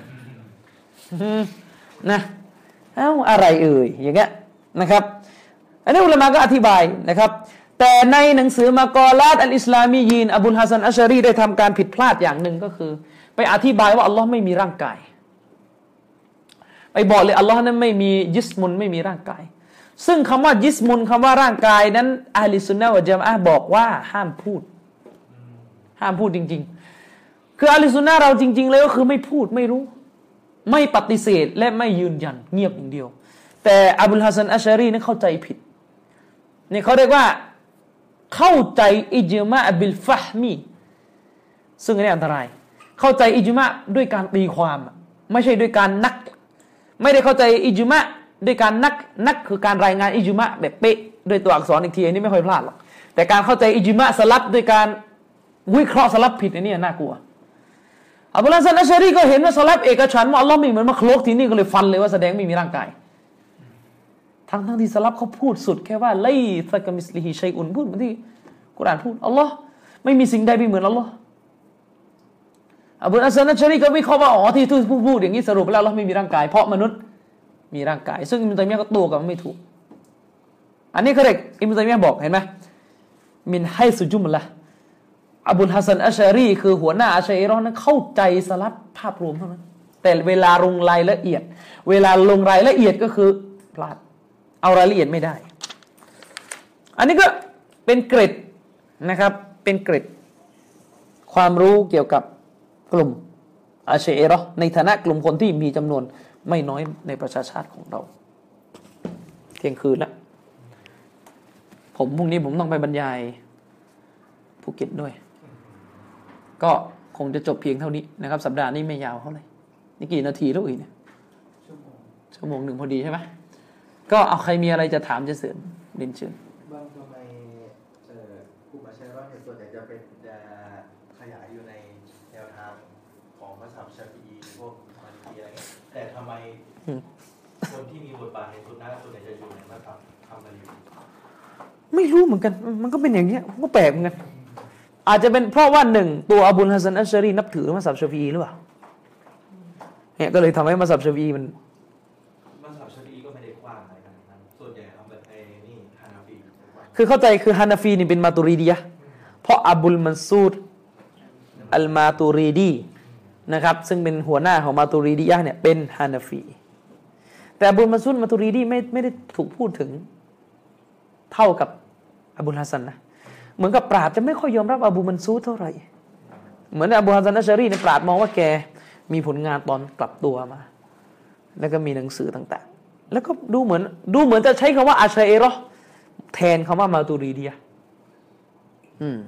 นะเอ้าอะไรเอ่ยอย่างเงี้ยนะครับอันนี้อุลามะก็อธิบายนะครับแต่ในหนังสือมากอลาตอัลอิสลามียีนอบุลฮัสซันอัชชะรีได้ทำการผิดพลาดอย่างหนึ่งก็คือไปอธิบายว่าอัลลอฮ์ไม่มีร่างกายไปบอกเลยอัลลอฮ์นั้นไม่มียิสมุนไม่มีร่างกายซึ่งคำว่ายิสมุนคำว่าร่างกายนั้นอะห์ลิสซุนนะฮ์วัลญะมาอะห์บอกว่าห้ามพูดห้ามพูดจริงๆคืออะห์ลิสซุนนะฮ์เราจริงๆเลยก็คือไม่พูดไม่รู้ไม่ปฏิเสธและไม่ยืนยันเงียบอย่างเดียวแต่อบุลฮัสซันอัชชะรีนั้นเข้าใจผิดนี่เขาเรียกว่าเข้าใจอิจมะบิลฟะฮมีซึ่งอันนี้อันตรายเข้าใจอิจมะด้วยการตีความไม่ใช่ด้วยการนักไม่ได้เข้าใจอิจมะด้วยการนักนักคือการรายงานอิจมะแบบเป๊ะด้วยตัวอักษรอีกทีอันนี้ไม่ค่อยพลาดหรอกแต่การเข้าใจอิจมะสลับด้วยการวิเคราะห์สลับผิดอันนี้น่ากลัวอับุลฮัสซันอัชชะรีก็เห็นว่าสลับเอกฉันท์ว่าอัลลอฮ์ไม่เหมือนมักลุกทีนี้ก็เลยฟันเลยว่าแสดงไม่มีร่างกายทั้งทั้งที่สลับเขาพูดสุดแค่ว่าไลซะกะมิสลิฮิชัยอุนพูดเหมือนที่กุรอานพูดอัลลอฮ์ไม่มีสิ่งใดไม่เหมือนอัลลอฮ์อับุลฮัสซันอัชชะรีก็วิเคราะห์ว่าอ๋อที่ทูตพูดพูดอย่างนี้สรุปแล้วอัลลอฮ์ไม่มีร่างกายเพราะมนุษย์มีร่างกายซึ่งอิบนุตัยมียะห์ก็โต้กลับไม่ถูกอันนี้เขาเรียกอิบนุตัยมียะห์บอกเห็นไหมมินไฮซุจุมละอบุลฮัสซันอัชชะรีคือหัวหน้าอัชชะอีเราะห์นั้นเข้าใจสลับภาพรวมเท่านั้นแต่เวลาลงรายละเอียดเวลาลงรายละเอียดก็คือพลาดเอารายละเอียดไม่ได้อันนี้ก็เป็นเกร็ดนะครับเป็นเกร็ดความรู้เกี่ยวกับกลุ่มอัชชะอีเราะห์ในฐานะกลุ่มคนที่มีจำนวนไม่น้อยในประชาชาติของเราเที่ยงคืนแล้วผมพรุ่งนี้ผมต้องไปบรรยายภูเก็ตด้วยก็คงจะจบเพียงเท่านี้นะครับสัปดาห์นี้ไม่ยาวเท่าไหร่นี่กี่นาทีแล้วอีกเนี่ยชั่วโมงหนึ่งพอดีใช่ไหมก็เอาใครมีอะไรจะถามจะเสริมเรียนเชิญบางทำไมเอ่อกลุ่มอาชัยเราะห์เนี่ยส่วนใหญ่จะเป็นจะขยายอยู่ในแนวทางของมัซฮับชาฟิอีพวกมาลิกีอะไรเงี้ยแต่ทำไมคนที่มีบทบาทในสุนนะห์ส่วนใหญ่จะอยู่ในมัซฮับฮัมบาลีไม่รู้เหมือนกันมันก็เป็นอย่างเงี้ยก็แปลกเหมือนกันอาจจะเป็นเพราะว่าหนึ่งตัวอบุลฮัสซันอัชชะรีนับถือมัซฮับชาฟิอีหรือเปล่าเนี่ยก็เลยทำให้มัซฮับชาฟิอีมันมัซฮับชาฟิอีก็ไม่ได้กว้างอะไรขนาดนั้นส่วนใหญ่เอาแบบไอ้นี่ฮานาฟีคือเข้าใจคือฮานาฟีนี่เป็นมาตุรีดียะห์เพราะอบุลมันซูรอัลมาตุรีดีนะครับซึ่งเป็นหัวหน้าของมาตุรีดียะห์เนี่ยเป็นฮานาฟีแต่อบุลมันซูรมาตุรีดีไม่ไม่ได้ถูกพูดถึงเท่ากับอบุลฮัสซันนะเหมือนกับปราชญ์จะไม่ค่อยยอมรับอบูมันซูรเท่าไหร่เหมือนอบูฮัสซันอัชชะรีในปราชญ์มองว่าแกมีผลงานตอนกลับตัวมาแล้วก็มีหนังสือต่างๆแล้วก็ดูเหมือนดูเหมือนจะใช้คำว่าอัชอะอีเราะห์แทนคำว่ามาตุรีดียะห์อืม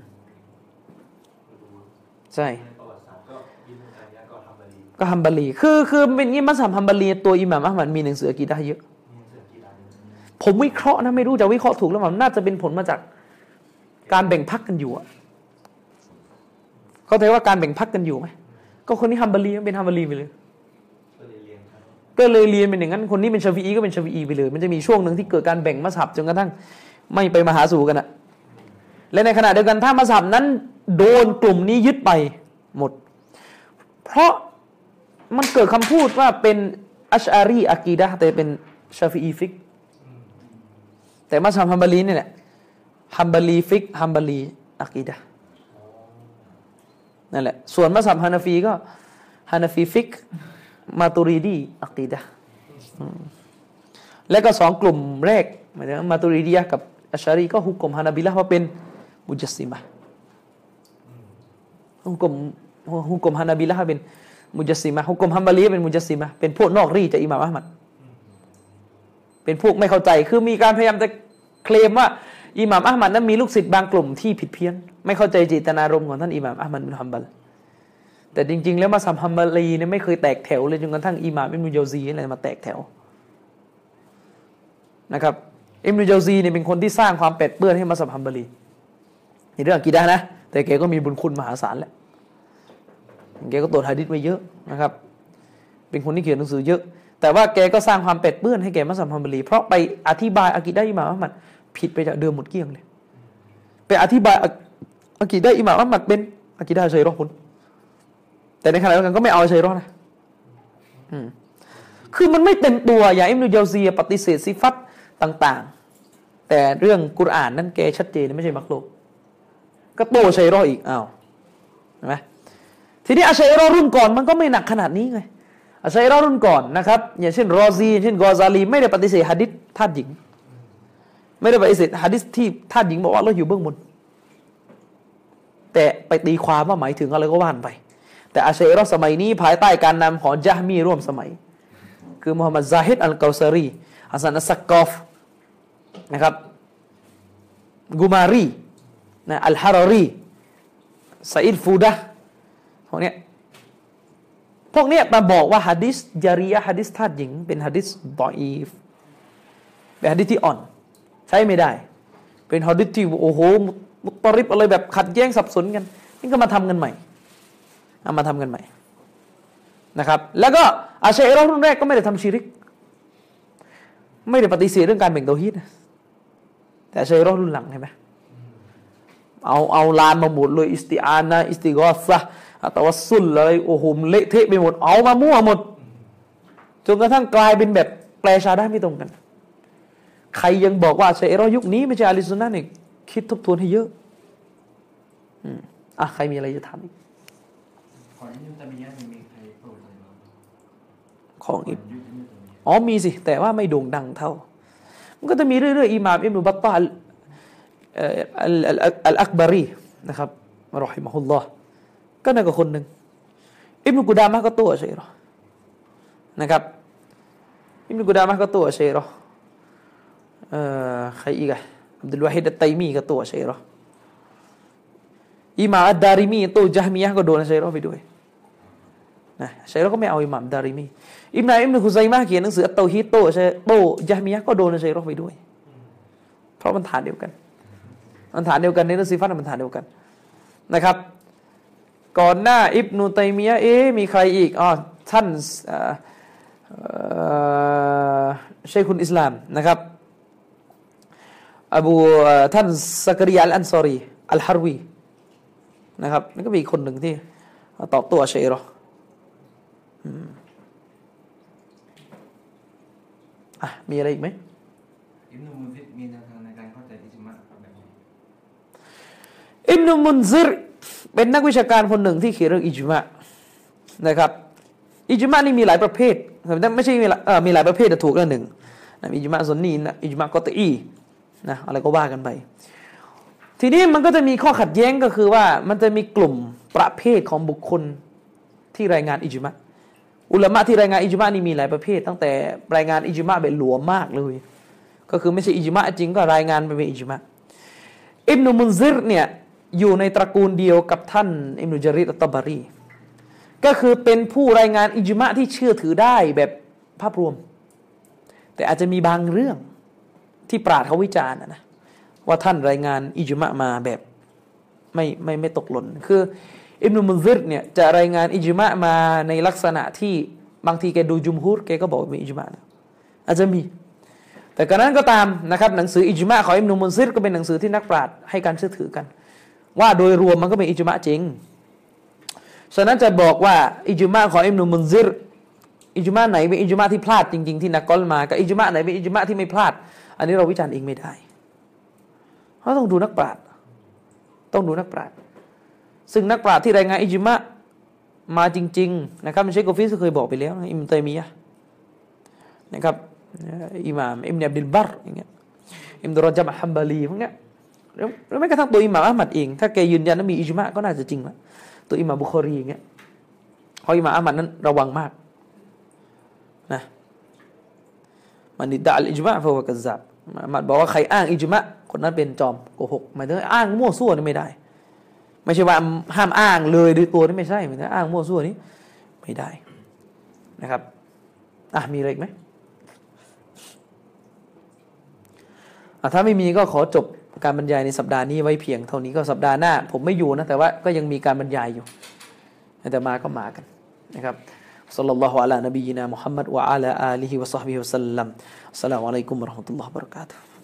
ใช่ก็ฮัมบารีคือคือเป็นงี้มัซฮับฮัมบารีตัวอิหม่ามอะห์มัดมีหนังสืออะกีดะห์เยอะผมวิเคราะห์นะไม่รู้จะวิเคราะห์ถูกหรือเปล่าน่าจะเป็นผลมาจากการแบ่งพรรคกันอยู่อะเข้าใจว่าการแบ่งพรรคกันอยู่ไหมก็คนนี้ฮัมบารีเป็นฮัมบารีไปเลยก็เลยเรียนเป็นอย่างนั้นคนนี้เป็นชาฟิอีก็เป็นชาฟิอีไปเลยมันจะมีช่วงหนึ่งที่เกิดการแบ่งมัซฮับจนกระทั่งไม่ไปมาหาสู่กันอะและในขณะเดียวกันถ้ามัซฮับนั้นโดนกลุ่มนี้ยึดไปหมดเพราะมันเกิดคำพูดว่าเป็นอัชอารีอะกีดะห์แต่เป็นชาฟิอีฟิกแต่มัซฮับฮัมบารีนี่แหละฮัมบารีฟิกฮัมบารีอะกีดะห์นั่นแหละส่วนมัซฮับฮานาฟีก็ฮานาฟีฟิกมาตุรีดีอะกีดะห์แล้วก็สองกลุ่มแรกหมายถึงมาตุรีดียะห์กับอัชชะรีก็ฮุกมฮานาบิละห์ว่าเป็นมุจัสซิมะห์ฮุกมฮุกมฮานาบิละห์เป็นมุจัสซิมะห์ฮุกมฮัมบารีเป็นมุจัสซิมะห์เป็นพวกนอกรีจากอิหม่ามอะห์มัดเป็นพวกไม่เข้าใจคือมีการพยายามจะเคลมว่าอิหม่ามอะห์มัดนั้นมีลูกศิษย์บางกลุ่มที่ผิดเพี้ยนไม่เข้าใจเจตนารมณ์ของท่านอิหม่ามอะห์มัดบินฮัมบัลแต่จริงๆแล้วมัซฮับฮัมบารีเนี่ยไม่เคยแตกแถวเลยจนกระทั่งอิหม่ามอิบนุญาวซีอะไรมาแตกแถวนะครับอิบนุญาวซีเนี่ยเป็นคนที่สร้างความแปดเปื้อนให้มัซฮับฮัมบารีในเรื่องอะกีดะห์นะแต่แกก็มีบุญคุณมหาศาลแหละแกก็ตรวจหะดีษไว้เยอะนะครับเป็นคนที่เขียนหนังสือเยอะแต่ว่าแกก็สร้างความแปดเปื้อนให้แกมัซฮับฮัมบารีเพราะไปอธิบายอะกีดะห์อิหม่ามอะห์มัดผิดไปจากเดิมหมดเกลี้ยงเลยไปอธิบายอะกีดะห์อิหม่ามอะห์มัดเป็นอะกีดะห์ชัยรอฮ์แต่ในขณะเดียวกันก็ไม่เอาชัยรอฮ์นะคือมันไม่เต็มตัวอย่างอิบนุญาวซีปฏิเสธซิฟัตต่างๆแต่เรื่องกุรอานนั้นแกชัดเจนไม่ใช่มักลุกก็โตชัยรอฮ์อีกอ้าวเห็นไหมทีนี้อัชชัยรอฮ์รุ่นก่อนมันก็ไม่หนักขนาดนี้ไงอัชชัยรอฮ์รุ่นก่อนนะครับอย่างเช่นรอซีเช่นกอซาลีไม่ได้ปฏิเสธหะดีษทาสหญิงไม่ได้ปฏิเสธหะดีษที่ทาสหญิงบอกว่าเราอยู่เบื้องบนแต่ไปตีความว่าหมายถึงอะไรก็ว่านไปแต่อัชชัยรอฮ์สมัยนี้ภายใต้การนำของญะฮ์มีร่วมสมัยคือมุฮัมมัดซาฮิดอัลกอซารีฮัสซันอัสซักกอฟนะครับกุมารีนะอัลฮารารีซะอิดฟูดะห์พวกเนี้ยพวกเนี้ยมาบอกว่าหะดีษญะรียะห์หะดีษทาสหญิงเป็นหะดีษฎออีฟเป็นหะดีษที่อ่อนใช้ไม่ได้เป็นหะดีษที่โอ้โหมุตตริบอะไรแบบขัดแย้งสับสนกันนี่ก็มาทำกันใหม่เอามาทำกันใหม่นะครับแล้วก็อัชชัยรอฮ์รุ่นแรกก็ไม่ได้ทำชิริกไม่ได้ปฏิเสธเรื่องการแบ่งเตาฮีดแต่อัชชัยรอฮ์รุ่นหลังเห็นไหมเอาเอาลานมาหมดเลยอิสติอานะอิสติฆอซะห์ตะวัสซุลอะไรโอ้โหเละเทะไปหมดเอามามั่วหมดจนกระทั่งกลายเป็นแบบแปลชาดะห์ไม่ตรงกันใครยังบอกว่าอัชชัยรอฮ์ยุคนี้ไม่ใช่อะห์ลุสซุนนะห์เนี่ยคิดทบทวนให้เยอะอืมอ่ะใครมีอะไรจะถามอีกของอิบนุตัยมียะห์มีใครโปรดอะไรบ้างของอิบอ๋อมีสิแต่ว่าไม่โด่งดังเท่ามันก็จะมีเรื่อยๆอิหม่ามอิบนุบัตตาฮ์เอ่ออัลอัลอักบารีนะครับรอฮิมะฮุลลอฮ์ก็นั่นก็คนหนึ่งอิบนุกุดามะห์ก็ตัวอัชชัยรอฮ์นะครับอิบนุกุดามะห์ก็ตัวอัชชัยรอฮ์เอ่อใครอีกอ่ะอับดุลวะฮีดอัตตัยมีก็ตัวอัชชัยรอฮ์อิหม่ามอัดดาริมีตัวญะฮ์มียะห์ก็โดนอัชชัยรอฮ์ไปด้วยนะอัชชัยรอฮ์ก็ไม่เอาอิหม่ามดาริมีอิบนุอิบนุคุซัยมะห์เขียนหนังสืออัตเตาฮีดโตอัชชัยโตญะฮ์มียะห์ก็โดนอัชชัยรอฮ์ไปด้วยเพราะมันฐานเดียวกันมันฐานเดียวกันในเรื่องซิฟัตมันฐานเดียวกันนะครับก่อนหน้าอิบนุตัยมียะห์เอ๊ะมีใครอีกอ๋อท่านเอ่อเอ่อชัยคุลอิสลามนะครับอบูท่านซักริยะอัลอันซอรีอัลฮารวีนะครับนี่ก็มีคนหนึ่งที่ตอบตัวอัชชัยรอฮ์อ่ะมีอะไรอีกไหมอิบนุมุนซิรมีแนวทางในการเข้าใจอิจมะแบบไหนอิบนุมุนซิรเป็นนักวิชาการคนหนึ่งที่เขียนเรื่องอิจมะนะครับอิจมะนี่มีหลายประเภทแต่ไม่ใช่มีเอ่อมีหลายประเภทแต่ถูกแล้วหนึ่งนะอิจมะซุนนีนะอิจมะกอตอีนะอะไรก็ว่ากันไปทีนี้มันก็จะมีข้อขัดแย้งก็คือว่ามันจะมีกลุ่มประเภทของบุคคลที่รายงานอิจมะอุลามะที่รายงานอิจมะนี่มีหลายประเภทตั้งแต่รายงานอิจมะแบบหลวมมากเลยก็คือไม่ใช่อิจมะจริงก็รายงานไปเป็นอิจมะอิบนุมุนซิรเนี่ยอยู่ในตระกูลเดียวกับท่านอิบนุญะรีรอัตตะบารีก็คือเป็นผู้รายงานอิจมะที่เชื่อถือได้แบบภาพรวมแต่อาจจะมีบางเรื่องที่ปราชญ์เขาวิจารณ์นะว่าท่านรายงานอิจมะมาแบบไม่ไม่ไม่ตกหล่นคืออิบนุมุนซิรเนี่ยจะรายงานอิจมะมาในลักษณะที่บางทีแกดูจุมฮุรแกก็บอกมีอิจมะนะอาจจะมีแต่กระนั้นก็ตามนะครับหนังสืออิจมะของอิบนุมุนซิรก็เป็นหนังสือที่นักปราชญ์ให้การเชื่อถือกันว่าโดยรวมมันก็เป็นอิจมะจริงฉะนั้นจะบอกว่าอิจมะของอิบนุมุนซิรอิจมะไหนเป็นอิจมะที่พลาดจริงๆที่นักกอลมากับอิจมะไหนเป็นอิจมะที่ไม่พลาดอันนี้เราวิจารณ์เองไม่ได้เพราะต้องดูนักปราชญ์ต้องดูนักปราชญ์ซึ่งนักปราชญ์ที่รายงานอิจมะมาจริงๆนะครับเชคกอฟิสเคยบอกไปแล้วอิบนุตัยมียะห์นะครับอิหม่ามอิบนุอับดุลบัรอย่างเงี้ยอิบนุรอญะบ์อัลฮัมบาลีพวกเนี้ยแล้วไม่กระทั่งตัวอิหม่ามอะห์มัดเองถ้าแกยืนยันว่ามีอิจมะก็น่าจะจริงละตัวอิหม่ามบุคอรีอย่างเงี้ยเพราะอิหม่ามอะห์มัดนั้นระวังมากนะมันอิดดะอัลอิจมะฟะวะกัซซับมันบอกว่าใครอ้างอิจมะคนนั้นเป็นจอมโกหกหมายถึงอ้างมั่วซั่วนี่ไม่ได้ไม่ใช่ว่าห้ามอ้างเลยด้วยตัวนี่ไม่ใช่หมายถึงอ้างมั่วซั่วนี้ไม่ได้นะครับอ่ะมีอะไรอีกไหมอ่ะถ้าไม่มีก็ขอจบการบรรยายในสัปดาห์นี้ไว้เพียงเท่านี้ก็สัปดาห์หน้าผมไม่อยู่นะแต่ว่าก็ยังมีการบรรยายอยู่แต่มาก็มากันนะครับศ็อลลัลลอฮุอะลานบียินามุฮัมมัดวะอะลาอาลิฮิวะศอฮบิฮิวะซัลลัมอัสสลามุอะลัยกุมวะเราะห์มะตุลลอฮิวะบะเราะกาตุฮ์